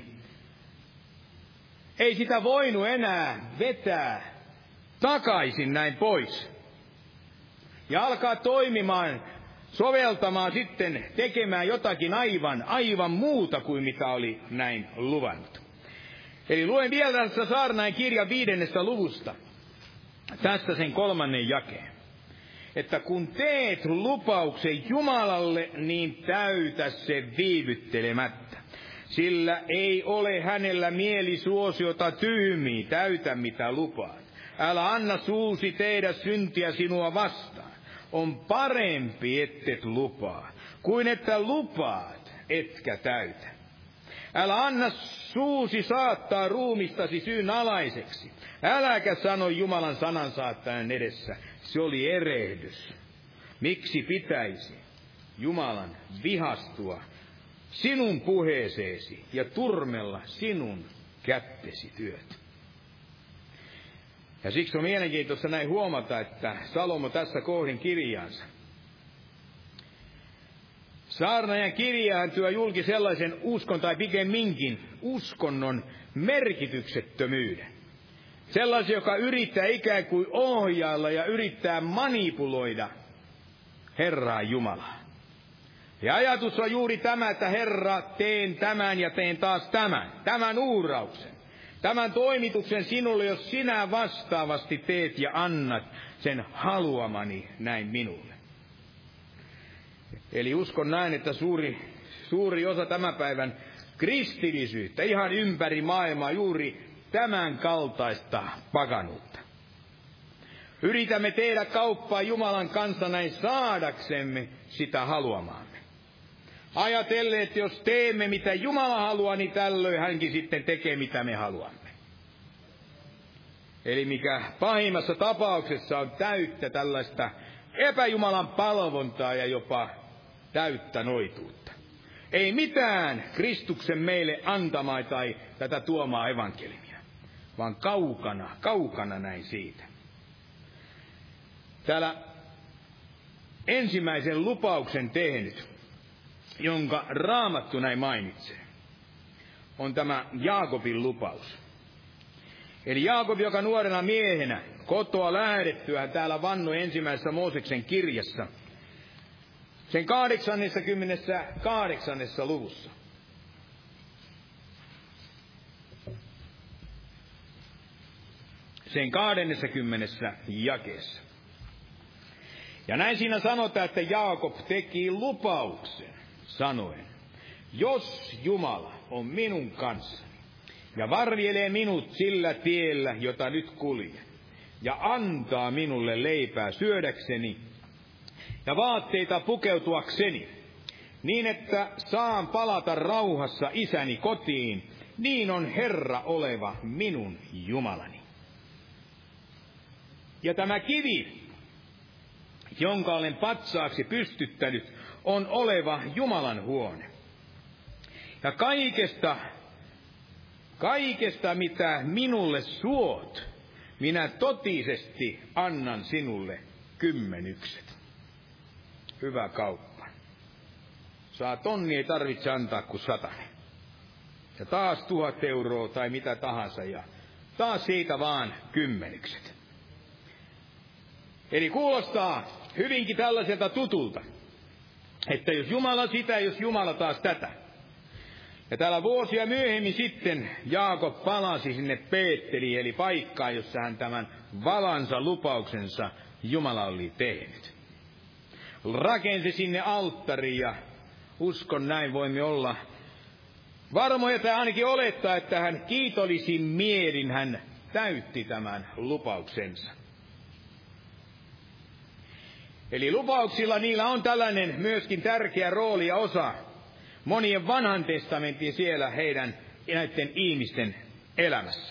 ei sitä voinut enää vetää takaisin näin pois. Ja alkaa toimimaan, soveltamaan sitten, tekemään jotakin aivan muuta kuin mitä oli näin luvannut. Eli luen vielä tästä Saarnain kirjan 5. luvusta, tästä sen 3. jakeen. Että kun teet lupauksen Jumalalle, niin täytä se viivyttelemättä. Sillä ei ole hänellä mielisuosiota tyhmiin, täytä mitä lupaat. Älä anna suusi tehdä syntiä sinua vastaan. On parempi, ettet lupaa, kuin että lupaat, etkä täytä. Älä anna suusi saattaa ruumistasi syyn alaiseksi. Äläkä sano Jumalan sanan saattajan edessä. Se oli erehdys. Miksi pitäisi Jumalan vihastua sinun puheeseesi ja turmella sinun kättesi työt? Ja siksi on mielenkiintoista näin huomata, että Salomo tässä kohdin kirjaansa. Saarnaajan kirjaan työ julki sellaisen uskon tai pikemminkin uskonnon merkityksettömyyden. Sellaisen, joka yrittää ikään kuin ohjailla ja yrittää manipuloida Herraa Jumalaa. Ja ajatus on juuri tämä, että Herra, teen tämän ja teen taas tämän uurauksen. Tämän toimituksen sinulle, jos sinä vastaavasti teet ja annat sen haluamani näin minulle. Eli uskon näin, että suuri osa tämän päivän kristillisyyttä ihan ympäri maailmaa juuri tämän kaltaista paganuutta. Yritämme tehdä kauppaa Jumalan kanssa näin saadaksemme sitä haluamaamme. Ajatellen, että jos teemme mitä Jumala haluaa, niin tällöin hänkin sitten tekee mitä me haluamme. Eli mikä pahimmassa tapauksessa on täyttä tällaista epäjumalan palvontaa ja jopa täyttä noituutta. Ei mitään Kristuksen meille antamaa tai tätä tuomaa evankeliumia, vaan kaukana näin siitä. Täällä ensimmäisen lupauksen tehnyt, jonka Raamattu näin mainitsee, on tämä Jaakobin lupaus. Eli Jaakob, joka nuorena miehenä kotoa lähdettyään täällä vannoi ensimmäisessä Mooseksen kirjassa, sen 88. luvussa. Sen 20. jakeessa. Ja näin siinä sanotaan, että Jaakob teki lupauksen sanoen, jos Jumala on minun kanssani ja varjelee minut sillä tiellä, jota nyt kuljen, ja antaa minulle leipää syödäkseni ja vaatteita pukeutuakseni, niin että saan palata rauhassa isäni kotiin, niin on Herra oleva minun Jumalani. Ja tämä kivi, jonka olen patsaaksi pystyttänyt, on oleva Jumalan huone. Ja kaikesta mitä minulle suot, minä totisesti annan sinulle 10. Hyvä kauppa. 100 ei tarvitse antaa kuin 100. Ja taas 1000 euroa tai mitä tahansa ja taas siitä vaan 10. Eli kuulostaa hyvinkin tällaiselta tutulta, että jos Jumala sitä, jos Jumala taas tätä. Ja täällä vuosia myöhemmin sitten Jaakob palasi sinne Peetteliin, eli paikkaan, jossa hän tämän valansa lupauksensa Jumala oli tehnyt. Rakensi sinne alttari ja uskon näin voimme olla varmoja tai ainakin olettaa, että hän kiitollisin mielin hän täytti tämän lupauksensa. Eli lupauksilla niillä on tällainen myöskin tärkeä rooli ja osa monien vanhan testamentin siellä heidän näiden ihmisten elämässä.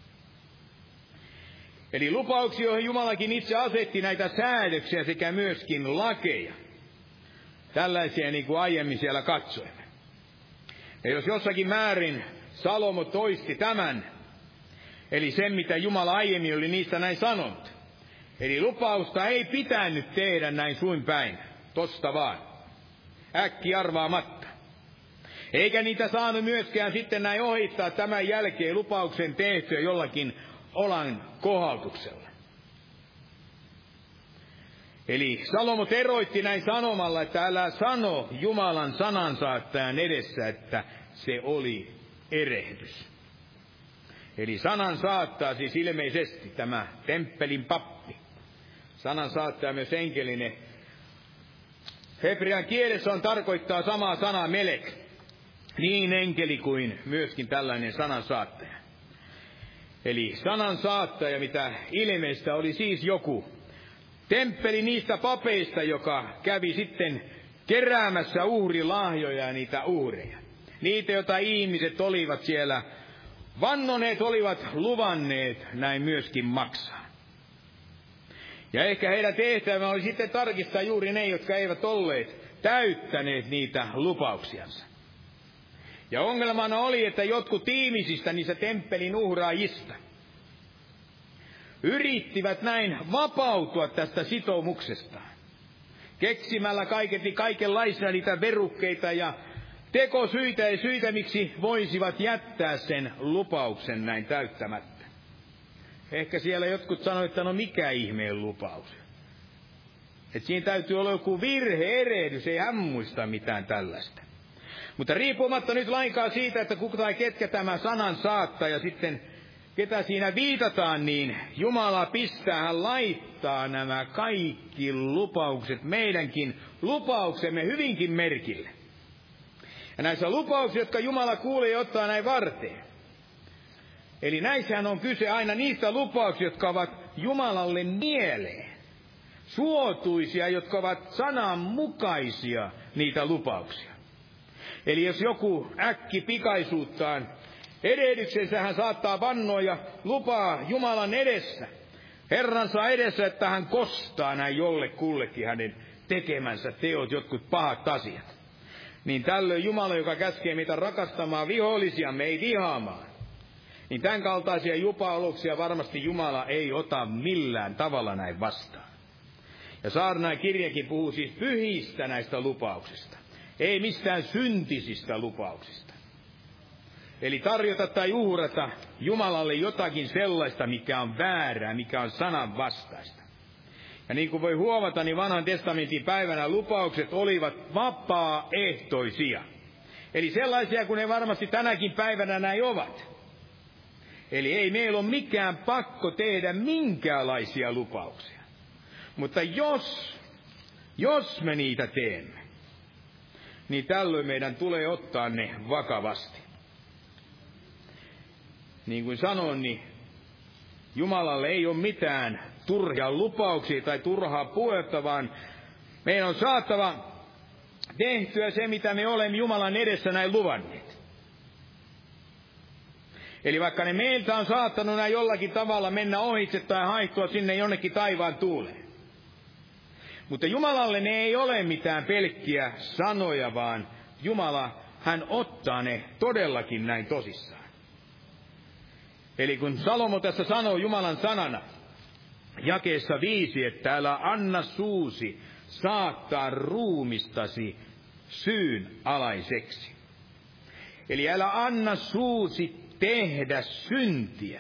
Eli lupauksia, joihin Jumalakin itse asetti näitä säädöksiä sekä myöskin lakeja. Tällaisia niin kuin aiemmin siellä katsoimme. Ja jos jossakin määrin Salomo toisti tämän, eli sen mitä Jumala aiemmin oli niistä näin sanonut. Eli lupausta ei pitänyt tehdä näin suin päin, tosta vaan, äkki arvaamatta. Eikä niitä saanut myöskään sitten näin ohittaa tämän jälkeen lupauksen tehtyä jollakin olan kohautuksella. Eli Salomo teroitti näin sanomalla, että älä sano Jumalan sanansaattajan edessä, että se oli erehdys. Eli sanan saattaa siis ilmeisesti tämä temppelin pappi. Sanan saattaa myös enkelinen. Hebrean kielessä on tarkoittaa samaa sanaa melek. Niin enkeli kuin myöskin tällainen sanan saattaja. Eli sanan saattaja, mitä ilmeistä oli siis joku temppeli niistä papeista, joka kävi sitten keräämässä uhrilahjoja ja niitä uhreja. Niitä, joita ihmiset olivat siellä vannoneet, olivat luvanneet näin myöskin maksaa. Ja ehkä heidän tehtävä oli sitten tarkistaa juuri ne, jotka eivät olleet täyttäneet niitä lupauksiansa. Ja ongelmana oli, että jotkut ihmisistä niistä temppelin uhraajista yrittivät näin vapautua tästä sitoumuksestaan. Keksimällä kaikenlaisia niitä verukkeita ja tekosyitä ja syitä, miksi voisivat jättää sen lupauksen näin täyttämättä. Ehkä siellä jotkut sanoivat, että no mikä ihmeen lupaus. Että siinä täytyy olla joku virhe, erehdys, ei hän muista mitään tällaista. Mutta riippumatta nyt lainkaan siitä, että kuka tai ketkä tämä sanan saattaa ja sitten ketä siinä viitataan, niin Jumala hän laittaa nämä kaikki lupaukset, meidänkin lupauksemme hyvinkin merkille. Ja näissä lupauksissa, jotka Jumala kuulee ja ottaa näin varteen. Eli näissähän on kyse aina niistä lupauksista, jotka ovat Jumalalle mieleen. Suotuisia, jotka ovat sananmukaisia niitä lupauksia. Eli jos joku äkki pikaisuuttaan erehdyksensä hän saattaa vannoa ja lupaa Jumalan edessä, Herransa edessä, että hän kostaa näin kullekin hänen tekemänsä teot, jotkut pahat asiat. Niin tällöin Jumala, joka käskee meitä rakastamaan vihollisiamme, ei vihaamaan. Niin tämän kaltaisia jupailuksia varmasti Jumala ei ota millään tavalla näin vastaan. Ja saarnaajan kirjakin puhuu siis pyhistä näistä lupauksista. Ei mistään syntisistä lupauksista. Eli tarjota tai uhrata Jumalalle jotakin sellaista, mikä on väärää, mikä on sanan vastaista. Ja niin kuin voi huomata, niin vanhan testamentin päivänä lupaukset olivat vapaaehtoisia. Eli sellaisia kuin ne varmasti tänäkin päivänä näin ovat. Eli ei meillä ole mikään pakko tehdä minkäänlaisia lupauksia. Mutta jos me niitä teemme, niin tällöin meidän tulee ottaa ne vakavasti. Niin kuin sanoin, niin Jumalalle ei ole mitään turhia lupauksia tai turhaa puhetta, vaan meidän on saatava tehtyä se, mitä me olemme Jumalan edessä näin luvanneet. Eli vaikka ne meiltä on saattanut näin jollakin tavalla mennä ohitse tai haihtua sinne jonnekin taivaan tuuleen. Mutta Jumalalle ne ei ole mitään pelkkiä sanoja, vaan Jumala, hän ottaa ne todellakin näin tosissaan. Eli kun Salomo tässä sanoo Jumalan sanana, jakeessa 5, että älä anna suusi saattaa ruumistasi syyn alaiseksi. Eli älä anna suusi tehdä syntiä.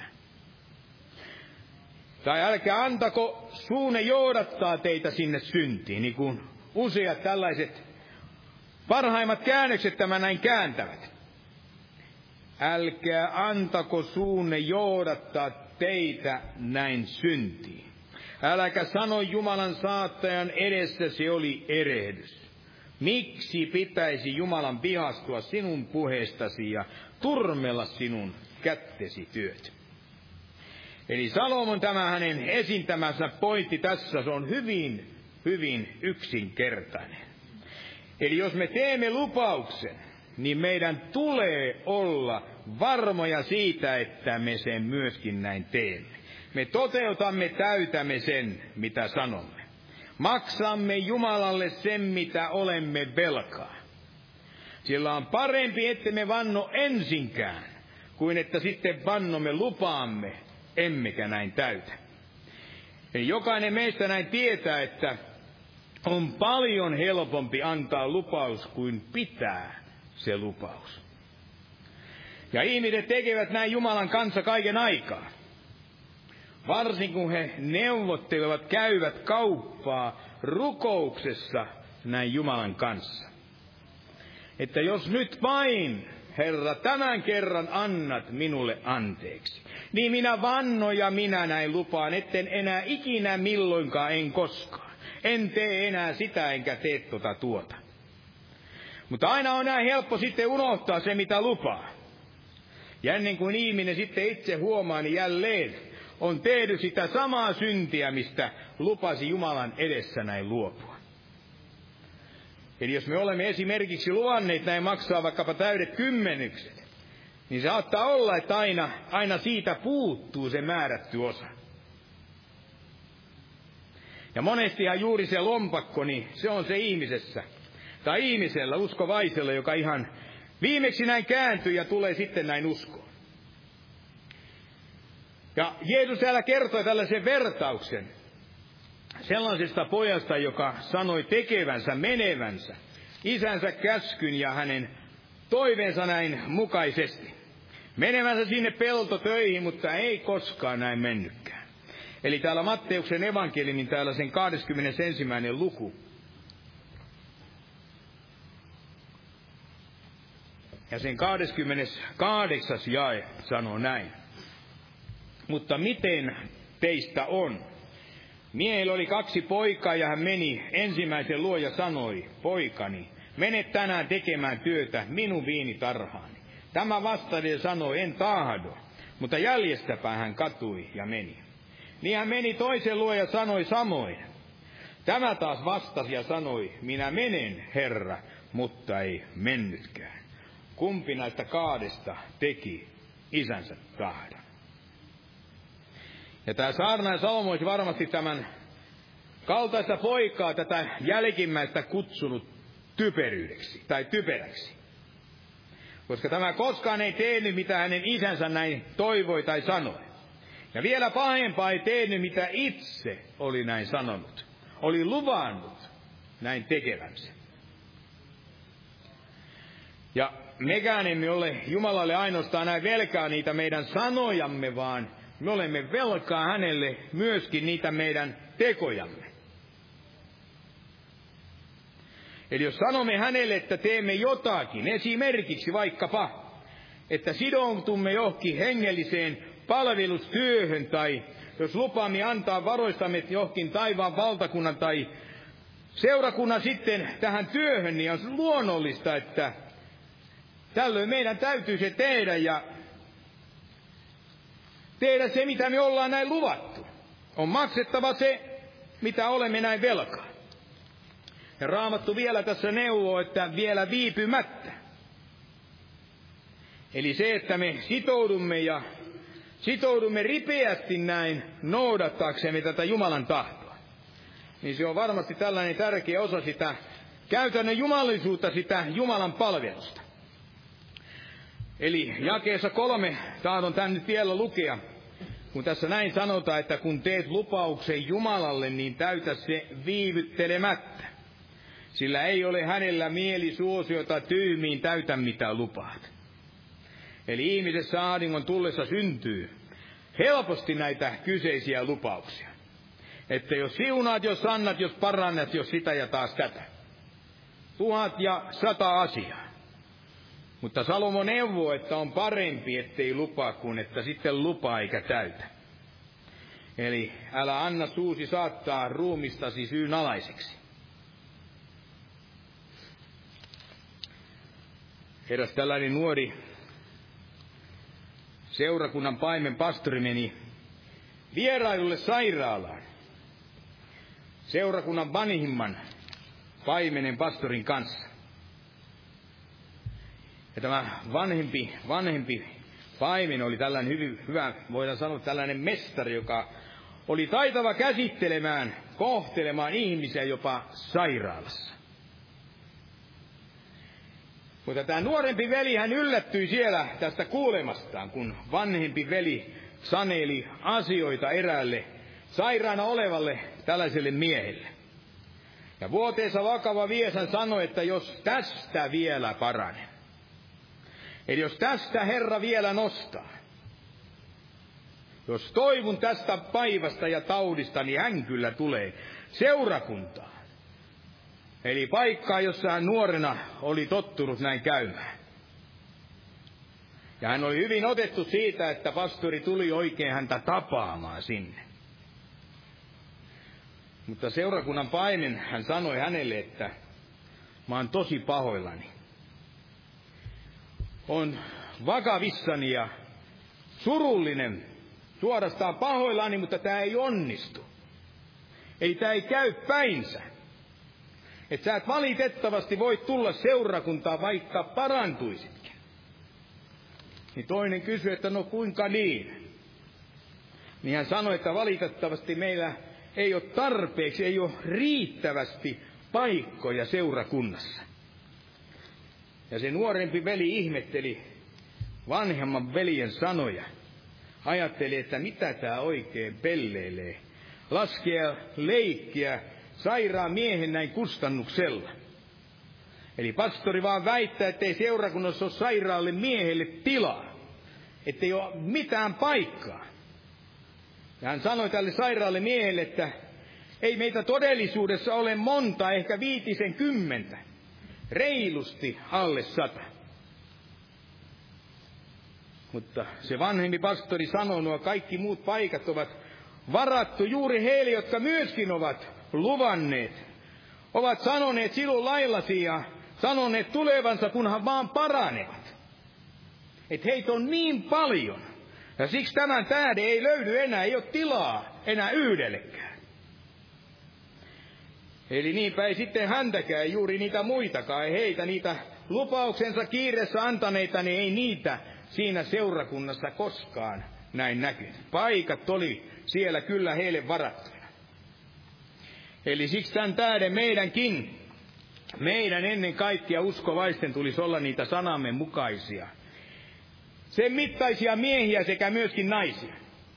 Tai älkää antako suune johdattaa teitä sinne syntiin, niin kuin useat tällaiset parhaimmat käännökset tämän näin kääntävät. Älkää antako suunne johdattaa teitä näin syntiin. Äläkä sano Jumalan saattajan edessä, se oli erehdys. Miksi pitäisi Jumalan vihastua sinun puheestasi ja turmella sinun kättesi työt? Eli Salomon tämä hänen esiintämänsä pointti tässä, se on hyvin, hyvin yksinkertainen. Eli jos me teemme lupauksen, niin meidän tulee olla varmoja siitä, että me sen myöskin näin teemme. Me toteutamme, täytämme sen, mitä sanomme. Maksamme Jumalalle sen, mitä olemme velkaa. Sillä on parempi, että me vanno ensinkään, kuin että sitten vannomme lupaamme, emmekä näin täytä. Eli jokainen meistä näin tietää, että on paljon helpompi antaa lupaus kuin pitää se lupaus. Ja ihmiset tekevät näin Jumalan kanssa kaiken aikaa. Varsinkin kun he neuvottelevat, käyvät kauppaa rukouksessa näin Jumalan kanssa. Että jos nyt vain, Herra, tämän kerran annat minulle anteeksi, niin minä vannon ja minä näin lupaan, etten enää ikinä milloinkaan, en koskaan. En tee enää sitä enkä tee tuota. Mutta aina on näin helppo sitten unohtaa se, mitä lupaa. Ja ennen kuin ihminen sitten itse huomaa, niin jälleen on tehnyt sitä samaa syntiä, mistä lupasi Jumalan edessä näin luopua. Eli jos me olemme esimerkiksi luvanneet näin maksaa vaikkapa täydet 10, niin saattaa olla, että aina siitä puuttuu se määrätty osa. Ja monestihan juuri se lompakko, niin se on se ihmisessä, tai ihmisellä, uskovaisella, joka ihan viimeksi näin kääntyy ja tulee sitten näin uskoon. Ja Jeesus täällä kertoi tällaisen vertauksen sellaisesta pojasta, joka sanoi tekevänsä, menevänsä isänsä käskyn ja hänen toiveensa näin mukaisesti. Menevänsä sinne peltotöihin, mutta ei koskaan näin mennytkään. Eli täällä Matteuksen evankeliumin täällä sen 21. luku. Ja sen 28. jae sanoo näin. Mutta miten teistä on? Miehellä oli 2 poikaa ja hän meni ensimmäisen luo ja sanoi, poikani, mene tänään tekemään työtä minun viinitarhaani. Tämä vastaili ja sanoi, en tahdo, mutta jäljestäpäin hän katui ja meni. Niin hän meni toisen luo ja sanoi samoin. Tämä taas vastasi ja sanoi, minä menen, Herra, mutta ei mennytkään. Kumpi näistä 2 teki isänsä tahdon? Ja tämä saarnaaja Salomo olisi varmasti tämän kaltaista poikaa, tätä jälkimmäistä kutsunut typeryydeksi tai typeräksi. Koska tämä koskaan ei tehnyt, mitä hänen isänsä näin toivoi tai sanoi. Ja vielä pahempaa ei tehnyt, mitä itse oli näin sanonut. Oli luvannut näin tekevänsä. Ja mekään emme ole Jumalalle ainoastaan näin velkaa niitä meidän sanojamme, vaan me olemme velkaa hänelle myöskin niitä meidän tekojamme. Eli jos sanomme hänelle, että teemme jotakin, esimerkiksi vaikkapa, että sidoutumme johonkin hengelliseen palvelustyöhön, tai jos lupaamme antaa varoistamme johonkin taivaan valtakunnan tai seurakunnan sitten tähän työhön, niin on luonnollista, että tällöin meidän täytyy se tehdä ja tehdä se, mitä me ollaan näin luvattu. On maksettava se, mitä olemme näin velkaa. Ja Raamattu vielä tässä neuvoo, että vielä viipymättä. Eli se, että me sitoudumme ripeästi näin noudattaaksemme tätä Jumalan tahtoa. Niin se on varmasti tällainen tärkeä osa sitä käytännön jumalisuutta, sitä Jumalan palvelusta. Eli jakeessa 3 tahdon tän nyt vielä lukea, kun tässä näin sanotaan, että kun teet lupauksen Jumalalle, niin täytä se viivyttelemättä. Sillä ei ole hänellä mielisuosiota tyhmiin täytä mitä lupaat. Eli ihmisessä ahdingon tullessa syntyy helposti näitä kyseisiä lupauksia. Että jos siunaat, jos annat, jos parannat, jos sitä ja taas tätä. 1000 ja 100 asiaa. Mutta Salomo neuvoo, että on parempi, ettei lupaa, kuin että sitten lupaa eikä täytä. Eli älä anna suusi saattaa ruumistasi syynalaiseksi. Eräs tällainen nuori seurakunnan paimen pastori meni vierailulle sairaalaan seurakunnan vanhimman paimenen pastorin kanssa. Ja tämä vanhempi paimen oli tällainen hyvä, voidaan sanoa tällainen mestari, joka oli taitava käsittelemään, kohtelemaan ihmisiä jopa sairaalassa. Mutta tämä nuorempi veli, hän yllättyi siellä tästä kuulemastaan, kun vanhempi veli saneli asioita eräälle sairaana olevalle tällaiselle miehelle. Ja vuoteessa vakava mies hän sanoi, että jos tästä vielä paranen, eli jos tästä Herra vielä nostaa, jos toivun tästä päivästä ja taudista, niin hän kyllä tulee seurakuntaan. Eli paikkaa, jossa hän nuorena oli tottunut näin käymään. Ja hän oli hyvin otettu siitä, että pastori tuli oikein häntä tapaamaan sinne. Mutta seurakunnan paimen hän sanoi hänelle, että mä oon tosi pahoillani. On vakavissani ja surullinen, suorastaan pahoillani, mutta tämä ei onnistu. Ei tämä ei käy päinsä. Että sä et valitettavasti voi tulla seurakuntaan, vaikka parantuisitkin. Niin toinen kysyi, että no kuinka niin? Niin hän sanoi, että valitettavasti meillä ei ole tarpeeksi, ei ole riittävästi paikkoja seurakunnassa. Ja se nuorempi veli ihmetteli vanhemman veljen sanoja. ajatteli, että mitä tämä oikein pelleilee. Laskea leikkiä sairaan miehen näin kustannuksella. Eli pastori vaan väittää, ettei seurakunnassa ole sairaalle miehelle tilaa. Ettei ole mitään paikkaa. Ja hän sanoi tälle sairaalle miehelle, että ei meitä todellisuudessa ole monta, ehkä 50, reilusti alle 100. Mutta se vanhempi pastori sanoi, nuo kaikki muut paikat ovat varattu juuri heille, jotka myöskin ovat luvanneet. Ovat sanoneet sinun laillasi ja sanoneet tulevansa, kunhan vaan paranevat. Että heitä on niin paljon. Ja siksi tämän tähden ei löydy enää, ei ole tilaa enää yhdellekään. Eli niinpä ei sitten häntäkään, juuri niitä muitakaan, ei heitä, niitä lupauksensa kiireessä antaneita, niin ei niitä siinä seurakunnassa koskaan näin näkynyt. Paikat oli siellä kyllä heille varattuina. Eli siksi tämän tähden meidän ennen kaikkea uskovaisten tulisi olla niitä sanamme mukaisia. Sen mittaisia miehiä sekä myöskin naisia.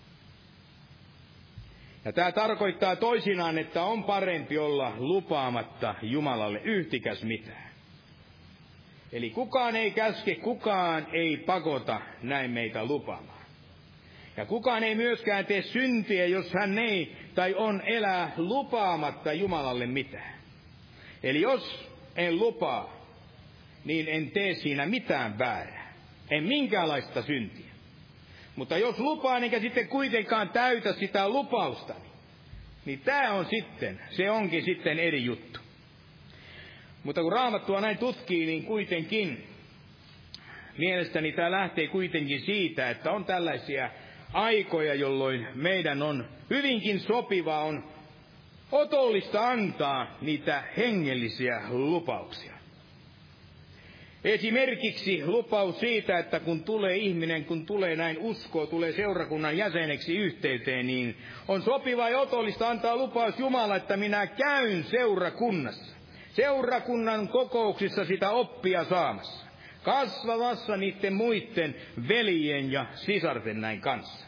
Ja tämä tarkoittaa toisinaan, että on parempi olla lupaamatta Jumalalle yhtikäs mitään. Eli kukaan ei käske, kukaan ei pakota näin meitä lupaamaan. Ja kukaan ei myöskään tee syntiä, jos hän ei tai on elää lupaamatta Jumalalle mitään. Eli jos en lupaa, niin en tee siinä mitään väärää. En minkäänlaista syntiä. Mutta jos lupaan enkä sitten kuitenkaan täytä sitä lupaustani, niin se onkin sitten eri juttu. Mutta kun Raamattua näin tutkii, niin kuitenkin mielestäni tämä lähtee kuitenkin siitä, että on tällaisia aikoja, jolloin meidän on hyvinkin sopivaa, on otollista antaa niitä hengellisiä lupauksia. Esimerkiksi lupaus siitä, että kun tulee ihminen, kun tulee näin uskoa, tulee seurakunnan jäseneksi yhteyteen, niin on sopivaa ja otollista antaa lupaus Jumala, että minä käyn seurakunnassa. Seurakunnan kokouksissa sitä oppia saamassa. Kasvamassa niiden muiden veljen ja sisarten näin kanssa.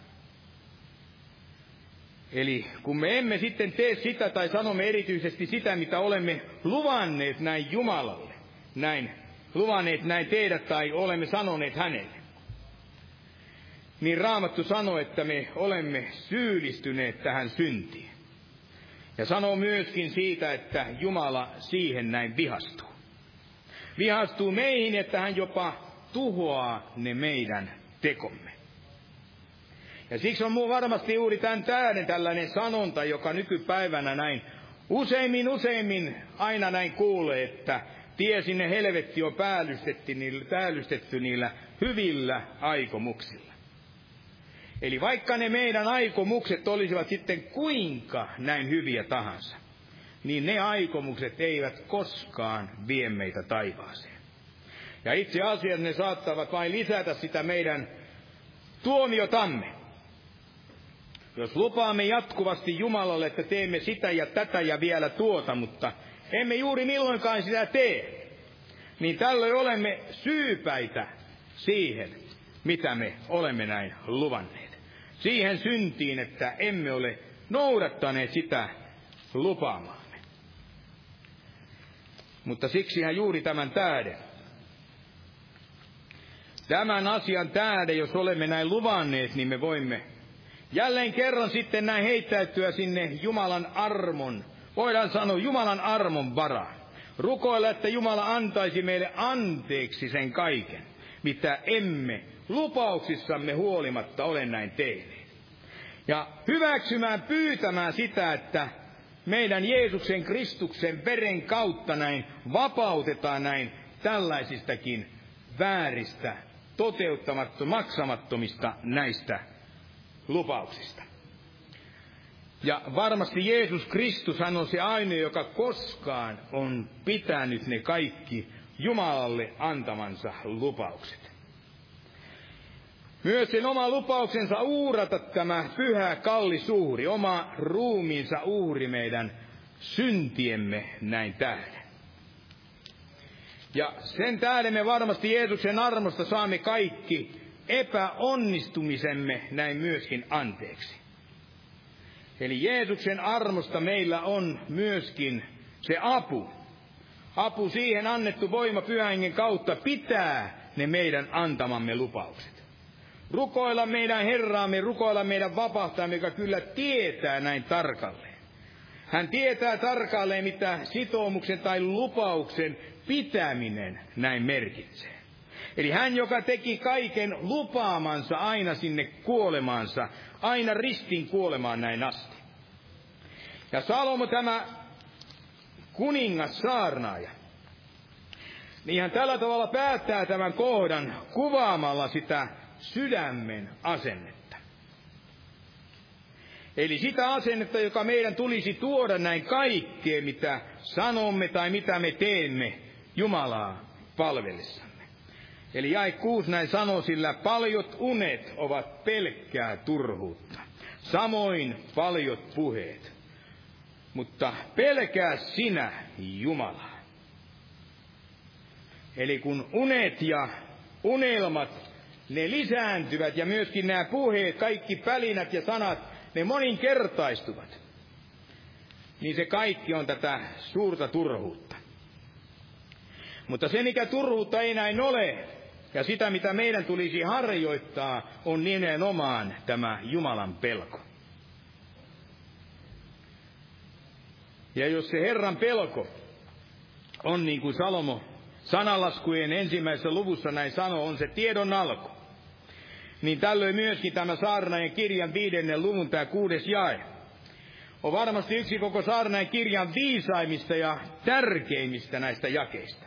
Eli kun me emme sitten tee sitä tai sanomme erityisesti sitä, mitä olemme luvanneet näin Jumalalle, luvanneet näin tehdä tai olemme sanoneet hänelle, niin Raamattu sanoo, että me olemme syyllistyneet tähän syntiin. Ja sanoo myöskin siitä, että Jumala siihen näin vihastuu. Vihastuu meihin, että hän jopa tuhoaa ne meidän tekomme. Ja siksi on varmasti juuri tämän tähden tällainen sanonta, joka nykypäivänä näin useimmin aina näin kuulee, että tie sinne helvetti on päällystetty niillä hyvillä aikomuksilla. Eli vaikka ne meidän aikomukset olisivat sitten kuinka näin hyviä tahansa, niin ne aikomukset eivät koskaan vie meitä taivaaseen. Ja itse asiassa ne saattavat vain lisätä sitä meidän tuomiotamme. Jos lupaamme jatkuvasti Jumalalle, että teemme sitä ja tätä ja vielä tuota, mutta emme juuri milloinkaan sitä tee, niin tällöin olemme syypäitä siihen, mitä me olemme näin luvanneet. Siihen syntiin, että emme ole noudattaneet sitä lupaamaamme. Mutta siksihän juuri tämän asian tähden, jos olemme näin luvanneet, niin me voimme jälleen kerran sitten näin heittäytyä sinne Jumalan armon, voidaan sanoa Jumalan armon varaan. Rukoilla, että Jumala antaisi meille anteeksi sen kaiken, mitä emme lupauksissamme huolimatta ole näin tehneet. Ja pyytämään sitä, että meidän Jeesuksen Kristuksen veren kautta näin vapautetaan näin tällaisistakin vääristä, maksamattomista näistä lupauksista. Ja varmasti Jeesus Kristushan on se ainoa, joka koskaan on pitänyt ne kaikki Jumalalle antamansa lupaukset. Myös sen oma lupauksensa uhrata tämä pyhä kallis uhri, oma ruumiinsa uhri meidän syntiemme näin tähden. Ja sen tähden me varmasti Jeesuksen armosta saamme kaikki epäonnistumisemme näin myöskin anteeksi. Eli Jeesuksen armosta meillä on myöskin se apu. Apu siihen annettu voima Pyhän Hengen kautta pitää ne meidän antamamme lupaukset. Rukoilla meidän Herraamme, rukoilla meidän vapahtajamme, joka kyllä tietää näin tarkalleen. Hän tietää tarkalleen, mitä sitoumuksen tai lupauksen pitäminen näin merkitsee. Eli hän, joka teki kaiken lupaamansa aina sinne kuolemaansa, aina ristin kuolemaan näin asti. Ja Salomo, tämä kuningas saarnaaja, niin hän tällä tavalla päättää tämän kohdan kuvaamalla sitä sydämen asennetta. Eli sitä asennetta, joka meidän tulisi tuoda näin kaikkeen, mitä sanomme tai mitä me teemme Jumalaa palvellessamme. Eli jae 6 näin sanoo, sillä paljot unet ovat pelkkää turhuutta, samoin paljot puheet. Mutta pelkää sinä Jumalaa. Eli kun unet ja unelmat, ne lisääntyvät ja myöskin nämä puheet, kaikki pälinät ja sanat, ne moninkertaistuvat, niin se kaikki on tätä suurta turhuutta. Mutta se, mikä turhuutta ei näin ole, ja sitä, mitä meidän tulisi harjoittaa, on nimenomaan tämä Jumalan pelko. Ja jos se Herran pelko on niin kuin Salomo sananlaskujen 1. luvussa näin sanoo, on se tiedon alku, niin tällöin myöskin tämä saarnaajan kirjan 5. luvun tämä 6. jae on varmasti yksi koko saarnaajan kirjan viisaimmista ja tärkeimmistä näistä jakeista.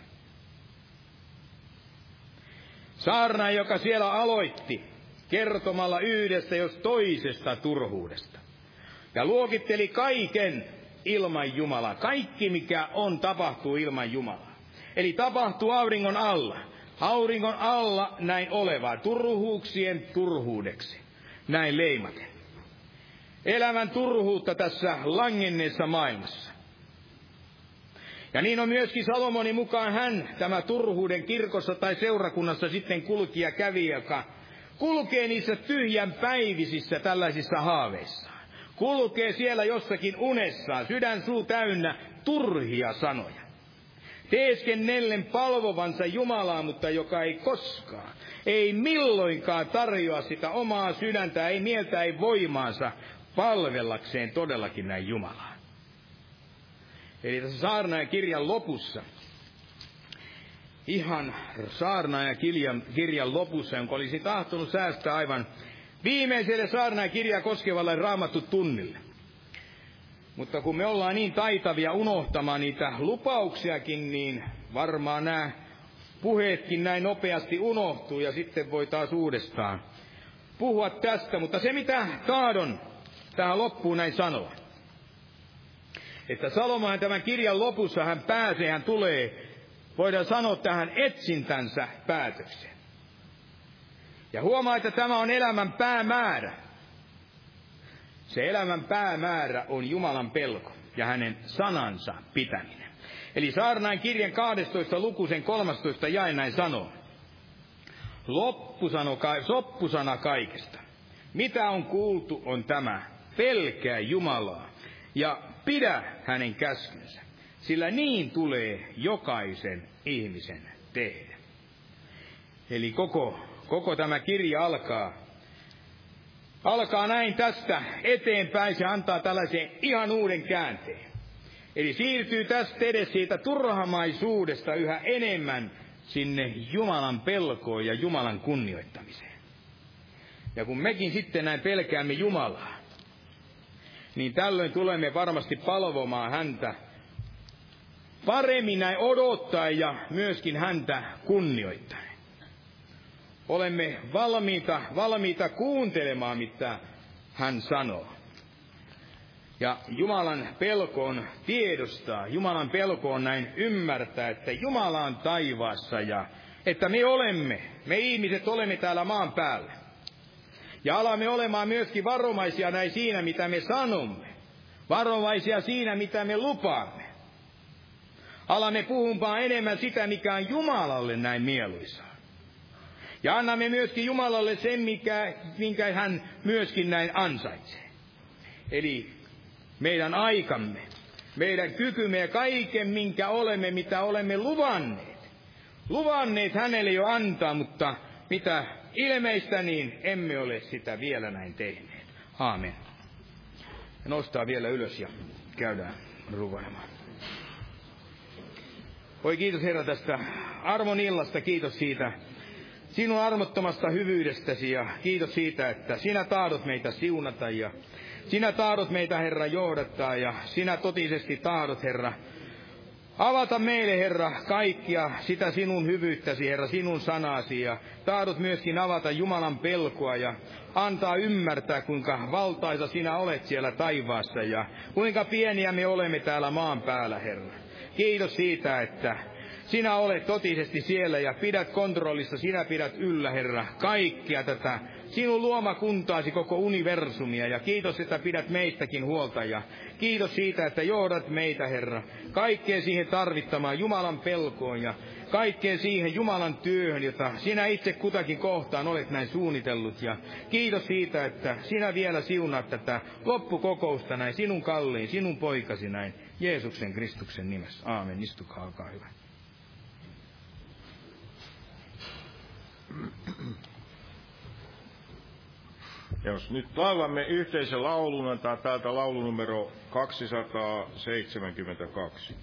Saarnaaja, joka siellä aloitti kertomalla yhdestä jos toisesta turhuudesta ja luokitteli kaiken ilman Jumalaa. Kaikki, mikä on, tapahtuu ilman Jumalaa. Eli tapahtuu auringon alla. Auringon alla näin olevaa, turhuuksien turhuudeksi, näin leimaten. Elämän turhuutta tässä langenneessa maailmassa. Ja niin on myöskin Salomonin mukaan hän, tämä turhuuden kirkossa tai seurakunnassa sitten kulkija kävi, joka kulkee niissä tyhjän päivisissä tällaisissa haaveissaan. Kulkee siellä jossakin unessaan, sydän suu täynnä turhia sanoja. Teeskennellen palvovansa Jumalaa, mutta joka ei koskaan, ei milloinkaan tarjoa sitä omaa sydäntä, ei mieltä, ei voimaansa palvellakseen todellakin näin Jumalaa. Eli tässä saarnaajan kirjan lopussa, ihan saarnaajan kirjan lopussa, jonka olisi tahtonut säästää aivan viimeiselle saarnaajan kirjaa koskevalle Raamattu tunnille. Mutta kun me ollaan niin taitavia unohtamaan niitä lupauksiakin, niin varmaan nämä puheetkin näin nopeasti unohtuu ja sitten voi taas uudestaan puhua tästä. Mutta se, mitä tahdon tähän loppuun näin sanoa, että Salomohan tämän kirjan lopussa hän tulee, voidaan sanoa tähän etsintänsä päätökseen. Ja huomaa, että tämä on elämän päämäärä. Se elämän päämäärä on Jumalan pelko ja hänen sanansa pitäminen. Eli saarnaajan kirjan 12. luku sen 13. jae näin sanoo. Loppusana kaikesta. Mitä on kuultu on tämä, pelkää Jumalaa ja pidä hänen käskynsä, sillä niin tulee jokaisen ihmisen tehdä. Eli koko tämä kirja alkaa näin tästä eteenpäin, se antaa tällaisen ihan uuden käänteen. Eli siirtyy tästä edes siitä turhamaisuudesta yhä enemmän sinne Jumalan pelkoon ja Jumalan kunnioittamiseen. Ja kun mekin sitten näin pelkäämme Jumalaa, niin tällöin tulemme varmasti palvomaan häntä paremmin näin odottaa ja myöskin häntä kunnioittaa. Olemme valmiita kuuntelemaan, mitä hän sanoo. Ja Jumalan pelko on tiedostaa, Jumalan pelko on näin ymmärtää, että Jumala on taivaassa ja että me ihmiset olemme täällä maan päällä. Ja alamme olemaan myöskin varovaisia näin siinä, mitä me sanomme. Varovaisia siinä, mitä me lupaamme. Alamme puhumpaa enemmän sitä, mikä on Jumalalle näin mieluisaa. Ja annamme myöskin Jumalalle sen, minkä hän myöskin näin ansaitsee. Eli meidän aikamme, meidän kykymme ja kaiken, minkä olemme, mitä olemme luvanneet. Luvanneet hänelle jo antaa, mutta mitä ilmeistä, niin emme ole sitä vielä näin tehneet. Aamen. Ja nostaa vielä ylös ja käydään rukoilemaan. Oi kiitos Herra tästä armon illasta, kiitos siitä sinun armottomasta hyvyydestäsi ja kiitos siitä, että sinä tahdot meitä siunata ja sinä tahdot meitä, Herra, johdattaa ja sinä totisesti tahdot, Herra, avata meille, Herra, kaikkia sitä sinun hyvyyttäsi, Herra, sinun sanasi ja tahdot myöskin avata Jumalan pelkoa ja antaa ymmärtää, kuinka valtaisa sinä olet siellä taivaassa ja kuinka pieniä me olemme täällä maan päällä, Herra. Kiitos siitä, että sinä olet totisesti siellä ja pidät kontrollissa, sinä pidät yllä, Herra, kaikkia tätä sinun luomakuntaasi, koko universumia. Ja kiitos, että pidät meistäkin huolta ja kiitos siitä, että johdat meitä, Herra, kaikkeen siihen tarvittamaan Jumalan pelkoon ja kaikkeen siihen Jumalan työhön, jota sinä itse kutakin kohtaan olet näin suunnitellut. Ja kiitos siitä, että sinä vielä siunaat tätä loppukokousta näin sinun kalliin, sinun poikasi näin, Jeesuksen Kristuksen nimessä. Aamen. Istukaa, olkaa hyvä. Jos nyt laudamme yhteisen laulun, täältä laulu numero 272.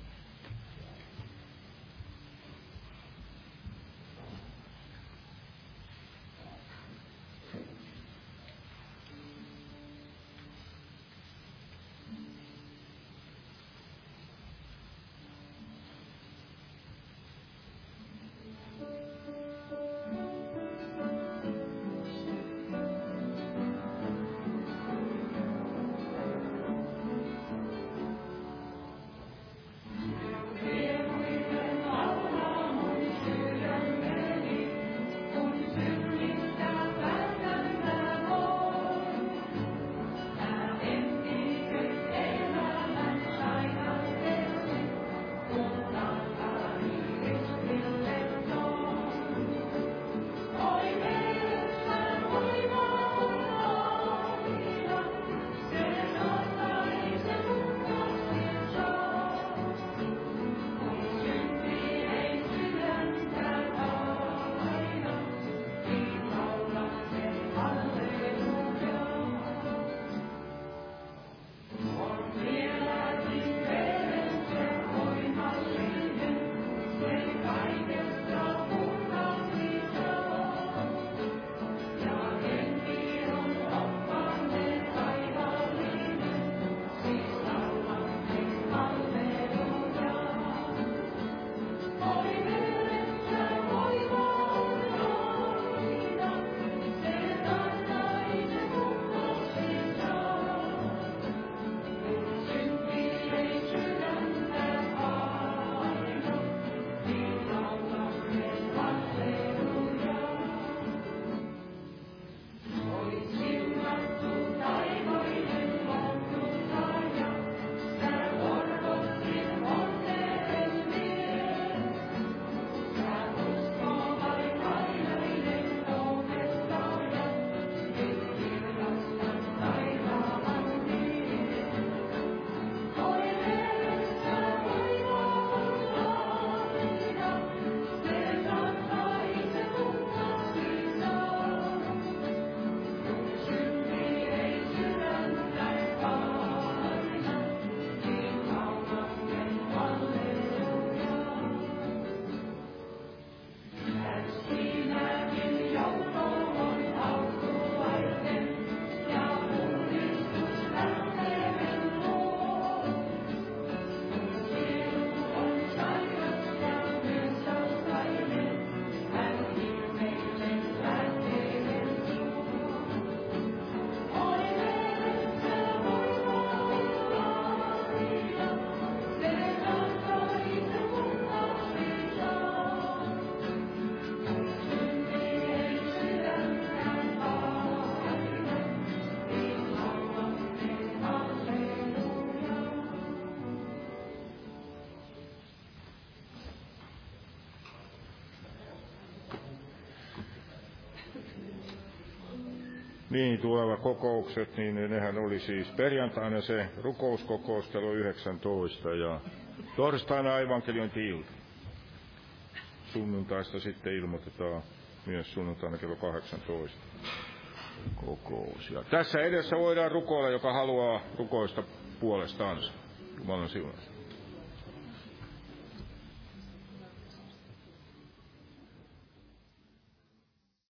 Niin, tuleva kokoukset, niin nehän oli siis perjantaina se rukouskokous kello 19 ja torstaina evankeliointi-ilta. Sunnuntaista sitten ilmoitetaan myös sunnuntaina kello 18 kokous. Ja tässä edessä voidaan rukoilla, joka haluaa rukoista puolestaansa. Jumalan siunausta.